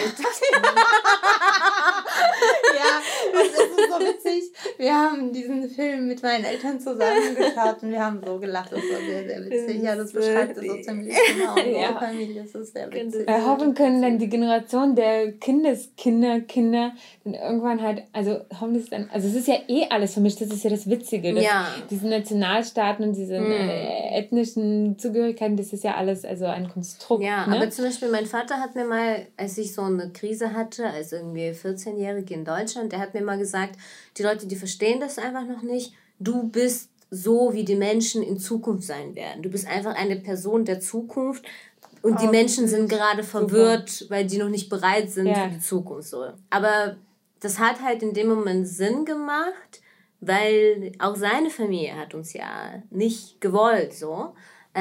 Ja, und es ist so witzig. Wir haben diesen Film mit meinen Eltern zusammen geschaut und wir haben so gelacht. Das war sehr, sehr witzig. Ja, das beschreibt es so ziemlich genau. Unsere ja. Familie, das ist sehr witzig. Wir hoffen können dann die Generation der Kindeskinder, Kinder, dann irgendwann halt, also hoffentlich dann, also es ist ja eh alles vermischt, das ist ja das Witzige. Dass ja. Diese Nationalstaaten und diese hm. äh, ethnischen Zugehörigkeiten, das ist ja alles also ein Konstrukt. Ja, ne? aber zum Beispiel mein Vater hat mir mal, als ich so eine Krise hatte, als irgendwie vierzehnjährige in Deutschland, der hat mir mal gesagt, die Leute, die verstehen das einfach noch nicht, du bist so, wie die Menschen in Zukunft sein werden. Du bist einfach eine Person der Zukunft. Und die Oh, Menschen sind super. gerade verwirrt, weil die noch nicht bereit sind Ja. für die Zukunft. So. Aber das hat halt in dem Moment Sinn gemacht, weil auch seine Familie hat uns ja nicht gewollt. So.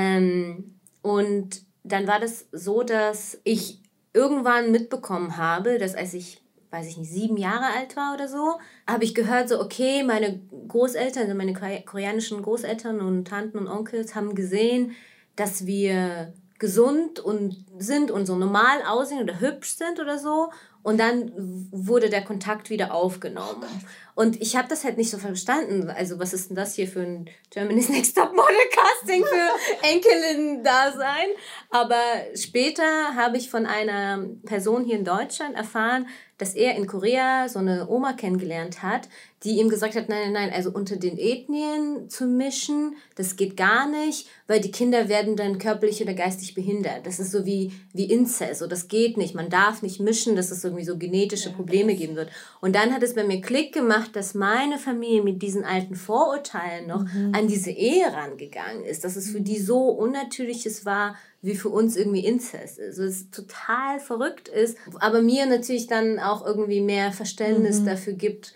Ähm, und dann war das so, dass ich irgendwann mitbekommen habe, dass als ich, weiß ich nicht, sieben Jahre alt war oder so, habe ich gehört so, okay, meine Großeltern, also meine koreanischen Großeltern und Tanten und Onkels haben gesehen, dass wir gesund und sind und so normal aussehen oder hübsch sind oder so. Und dann wurde der Kontakt wieder aufgenommen. Und ich habe das halt nicht so verstanden. Also was ist denn das hier für ein Germany's Next Top Model Casting für Enkelin-Dasein? Aber später habe ich von einer Person hier in Deutschland erfahren, dass er in Korea so eine Oma kennengelernt hat, die ihm gesagt hat, nein, nein, nein, also unter den Ethnien zu mischen, das geht gar nicht, weil die Kinder werden dann körperlich oder geistig behindert. Das ist so wie, wie Inzest, so, das geht nicht, man darf nicht mischen, dass es irgendwie so genetische ja, Probleme geben wird. Und dann hat es bei mir Klick gemacht, dass meine Familie mit diesen alten Vorurteilen noch mhm. an diese Ehe rangegangen ist, dass es für die so Unnatürliches war, wie für uns irgendwie Inzest ist. Also es total verrückt ist, aber mir natürlich dann auch irgendwie mehr Verständnis mhm. dafür gibt,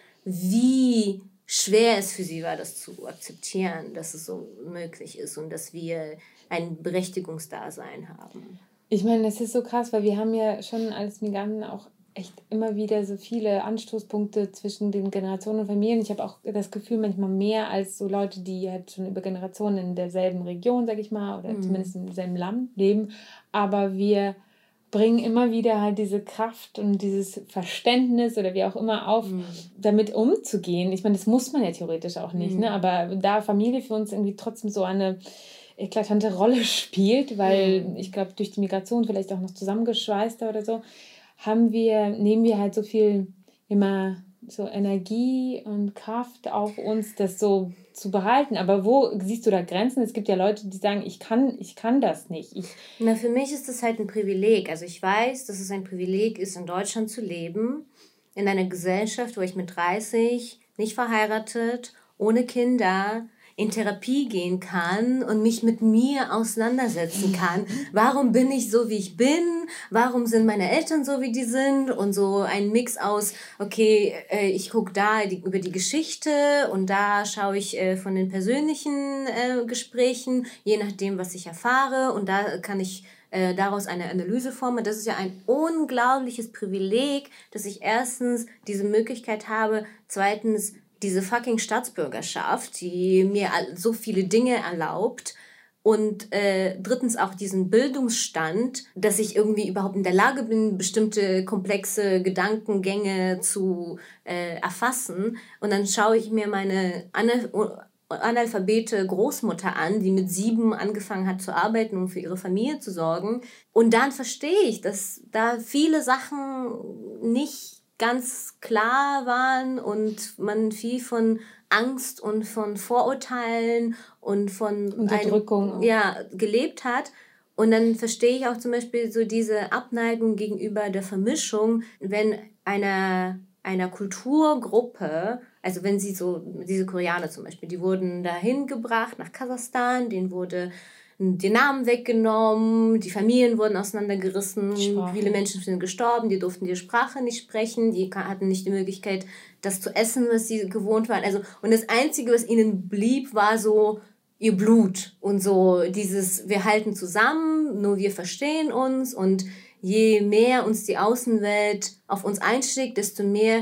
wie schwer es für sie war, das zu akzeptieren, dass es so möglich ist und dass wir ein Berechtigungsdasein haben. Ich meine, das ist so krass, weil wir haben ja schon als Migranten auch echt immer wieder so viele Anstoßpunkte zwischen den Generationen und Familien. Ich habe auch das Gefühl, manchmal mehr als so Leute, die halt schon über Generationen in derselben Region, sag ich mal, oder mhm. zumindest im selben Land leben. Aber wir bringen immer wieder halt diese Kraft und dieses Verständnis oder wie auch immer auf, mhm. damit umzugehen. Ich meine, das muss man ja theoretisch auch nicht, mhm. ne? Aber da Familie für uns irgendwie trotzdem so eine eklatante Rolle spielt, weil mhm. ich glaube, durch die Migration vielleicht auch noch zusammengeschweißter oder so, haben wir, nehmen wir halt so viel immer so Energie und Kraft auf uns, das so zu behalten. Aber wo siehst du da Grenzen? Es gibt ja Leute, die sagen, ich kann, ich kann das nicht. Ich Na, für mich ist das halt ein Privileg. Also ich weiß, dass es ein Privileg ist, in Deutschland zu leben, in einer Gesellschaft, wo ich mit dreißig, nicht verheiratet, ohne Kinder, in Therapie gehen kann und mich mit mir auseinandersetzen kann. Warum bin ich so, wie ich bin? Warum sind meine Eltern so, wie die sind? Und so ein Mix aus, okay, äh, ich gucke da die, über die Geschichte und da schaue ich äh, von den persönlichen äh, Gesprächen, je nachdem, was ich erfahre. Und da kann ich äh, daraus eine Analyse formen. Das ist ja ein unglaubliches Privileg, dass ich erstens diese Möglichkeit habe, zweitens diese fucking Staatsbürgerschaft, die mir so viele Dinge erlaubt und äh, drittens auch diesen Bildungsstand, dass ich irgendwie überhaupt in der Lage bin, bestimmte komplexe Gedankengänge zu äh, erfassen. Und dann schaue ich mir meine Anal- analphabete Großmutter an, die mit sieben angefangen hat zu arbeiten, um für ihre Familie zu sorgen. Und dann verstehe ich, dass da viele Sachen nicht ganz klar waren und man viel von Angst und von Vorurteilen und von Unterdrückung einem, ja, gelebt hat. Und dann verstehe ich auch zum Beispiel so diese Abneigung gegenüber der Vermischung, wenn einer, einer Kulturgruppe, also wenn sie so, diese Koreaner zum Beispiel, die wurden dahin gebracht nach Kasachstan, denen wurde die Namen weggenommen, die Familien wurden auseinandergerissen, Sprache. Viele Menschen sind gestorben, die durften die Sprache nicht sprechen, die hatten nicht die Möglichkeit, das zu essen, was sie gewohnt waren. Also, und das Einzige, was ihnen blieb, war so ihr Blut und so dieses, wir halten zusammen, nur wir verstehen uns und je mehr uns die Außenwelt auf uns einschlägt, desto mehr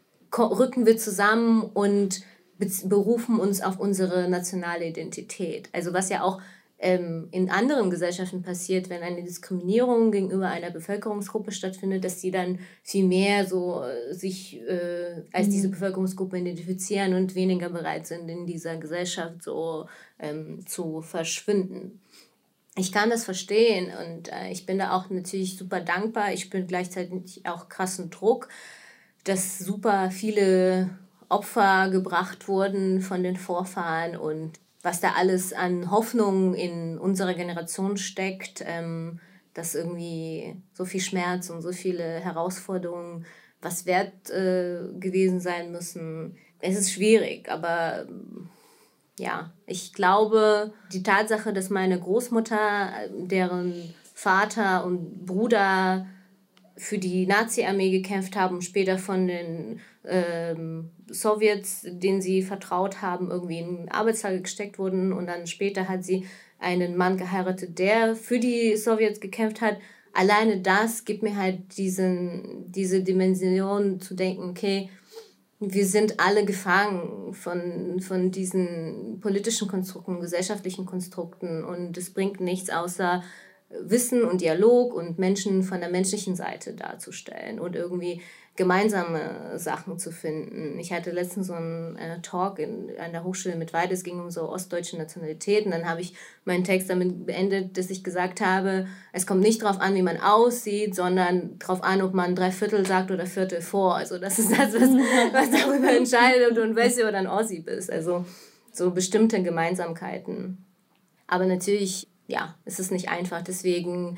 rücken wir zusammen und berufen uns auf unsere nationale Identität. Also was ja auch in anderen Gesellschaften passiert, wenn eine Diskriminierung gegenüber einer Bevölkerungsgruppe stattfindet, dass die dann viel mehr so sich äh, als mhm. diese Bevölkerungsgruppe identifizieren und weniger bereit sind, in dieser Gesellschaft so ähm, zu verschwinden. Ich kann das verstehen und äh, ich bin da auch natürlich super dankbar. Ich spüre gleichzeitig auch krassen Druck, dass super viele Opfer gebracht wurden von den Vorfahren und was da alles an Hoffnung in unserer Generation steckt, ähm, dass irgendwie so viel Schmerz und so viele Herausforderungen was wert äh, gewesen sein müssen. Es ist schwierig, aber ja, ich glaube, die Tatsache, dass meine Großmutter, deren Vater und Bruder für die Nazi-Armee gekämpft haben und später von den ähm, Sowjets, denen sie vertraut haben, irgendwie in Arbeitslager gesteckt wurden. Und dann später hat sie einen Mann geheiratet, der für die Sowjets gekämpft hat. Alleine das gibt mir halt diesen, diese Dimension zu denken, okay, wir sind alle gefangen von, von diesen politischen Konstrukten, gesellschaftlichen Konstrukten und es bringt nichts außer Wissen und Dialog und Menschen von der menschlichen Seite darzustellen und irgendwie gemeinsame Sachen zu finden. Ich hatte letztens so einen äh, Talk in, an der Hochschule mit Weide, es ging um so ostdeutsche Nationalitäten. Dann habe ich meinen Text damit beendet, dass ich gesagt habe, es kommt nicht darauf an, wie man aussieht, sondern darauf an, ob man drei Viertel sagt oder Viertel vor. Also das ist das, was, was darüber entscheidet, ob du ein Wessi oder ein Ossi bist. Also so bestimmte Gemeinsamkeiten. Aber natürlich, ja, es ist nicht einfach. Deswegen...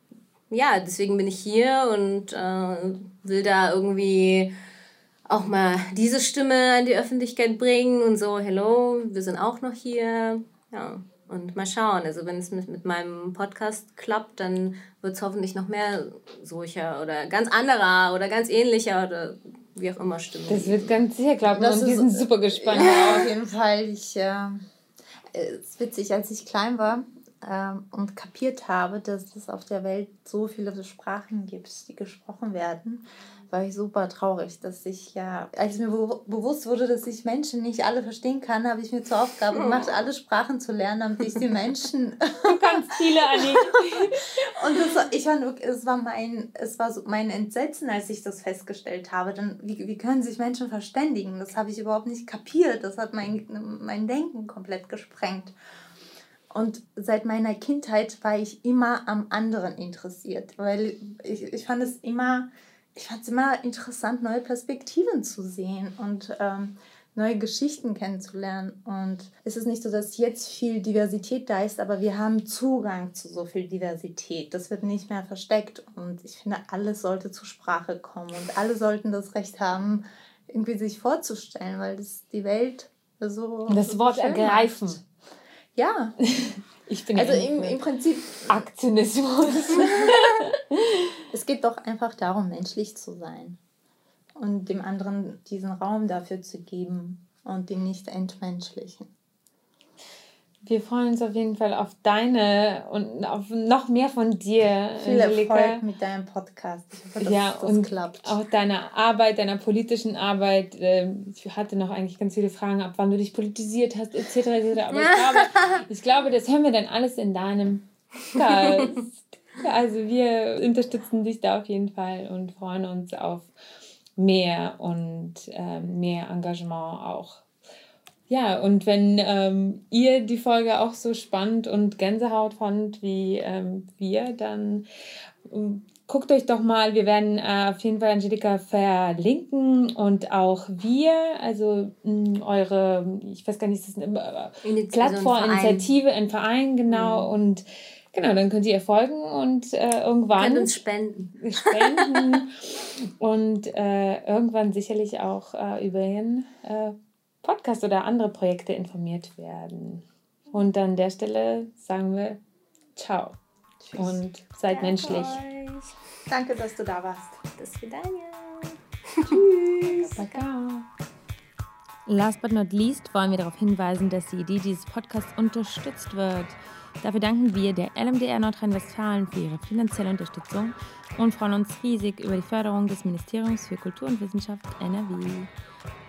Ja, deswegen bin ich hier und äh, will da irgendwie auch mal diese Stimme an die Öffentlichkeit bringen und so, hello, wir sind auch noch hier. Ja, und mal schauen. Also wenn es mit, mit meinem Podcast klappt, dann wird es hoffentlich noch mehr solcher oder ganz anderer oder ganz ähnlicher oder wie auch immer Stimmen. Das wird ganz sicher klappen und wir sind super gespannt. Ja, auf jeden Fall. Ich, äh, es ist witzig, als ich klein war, und kapiert habe, dass es auf der Welt so viele Sprachen gibt, die gesprochen werden, war ich super traurig, dass ich ja, als mir be- bewusst wurde, dass ich Menschen nicht alle verstehen kann, habe ich mir zur Aufgabe gemacht, alle Sprachen zu lernen, damit ich die Menschen... Du kannst viele, Anni. Und das, ich war, es war, mein, es war so mein Entsetzen, als ich das festgestellt habe. Dann, wie, wie können sich Menschen verständigen? Das habe ich überhaupt nicht kapiert. Das hat mein, mein Denken komplett gesprengt. Und seit meiner Kindheit war ich immer am anderen interessiert, weil ich, ich fand es immer, ich fand es immer interessant, neue Perspektiven zu sehen und ähm, neue Geschichten kennenzulernen. Und es ist nicht so, dass jetzt viel Diversität da ist, aber wir haben Zugang zu so viel Diversität. Das wird nicht mehr versteckt. Und ich finde, alles sollte zur Sprache kommen und alle sollten das Recht haben, irgendwie sich vorzustellen, weil das die Welt so... Das Wort so ergreifen. macht. Ja, ich bin also ja im, im Prinzip Aktionismus. Es geht doch einfach darum, menschlich zu sein und dem anderen diesen Raum dafür zu geben und ihn nicht entmenschlichen. Wir freuen uns auf jeden Fall auf deine und auf noch mehr von dir, Viel Angelika. Erfolg mit deinem Podcast. Ich hoffe, dass ja, das und klappt. auch deiner Arbeit, deiner politischen Arbeit. Ich hatte noch eigentlich ganz viele Fragen, ab wann du dich politisiert hast, et cetera et cetera. Aber ich glaube, ich glaube, das hören wir dann alles in deinem Podcast. Also wir unterstützen dich da auf jeden Fall und freuen uns auf mehr und äh, mehr Engagement auch. Ja, und wenn ähm, ihr die Folge auch so spannend und Gänsehaut fand wie ähm, wir, dann ähm, guckt euch doch mal, wir werden äh, auf jeden Fall Angelika verlinken und auch wir, also mh, eure, ich weiß gar nicht, das ist eine äh, Plattform, ein Initiative, ein Verein, genau, mhm. und genau, dann könnt ihr folgen und äh, irgendwann... Könnt uns spenden. Spenden und äh, irgendwann sicherlich auch äh, über ihren äh, Podcast oder andere Projekte informiert werden. Und an der Stelle sagen wir ciao. Tschüss. Und seid Danke menschlich. Euch. Danke, dass du da warst. Bis Vidania. Tschüss. Baka. Last but not least wollen wir darauf hinweisen, dass die Idee dieses Podcasts unterstützt wird. Dafür danken wir der L M D R Nordrhein-Westfalen für ihre finanzielle Unterstützung und freuen uns riesig über die Förderung des Ministeriums für Kultur und Wissenschaft N R W.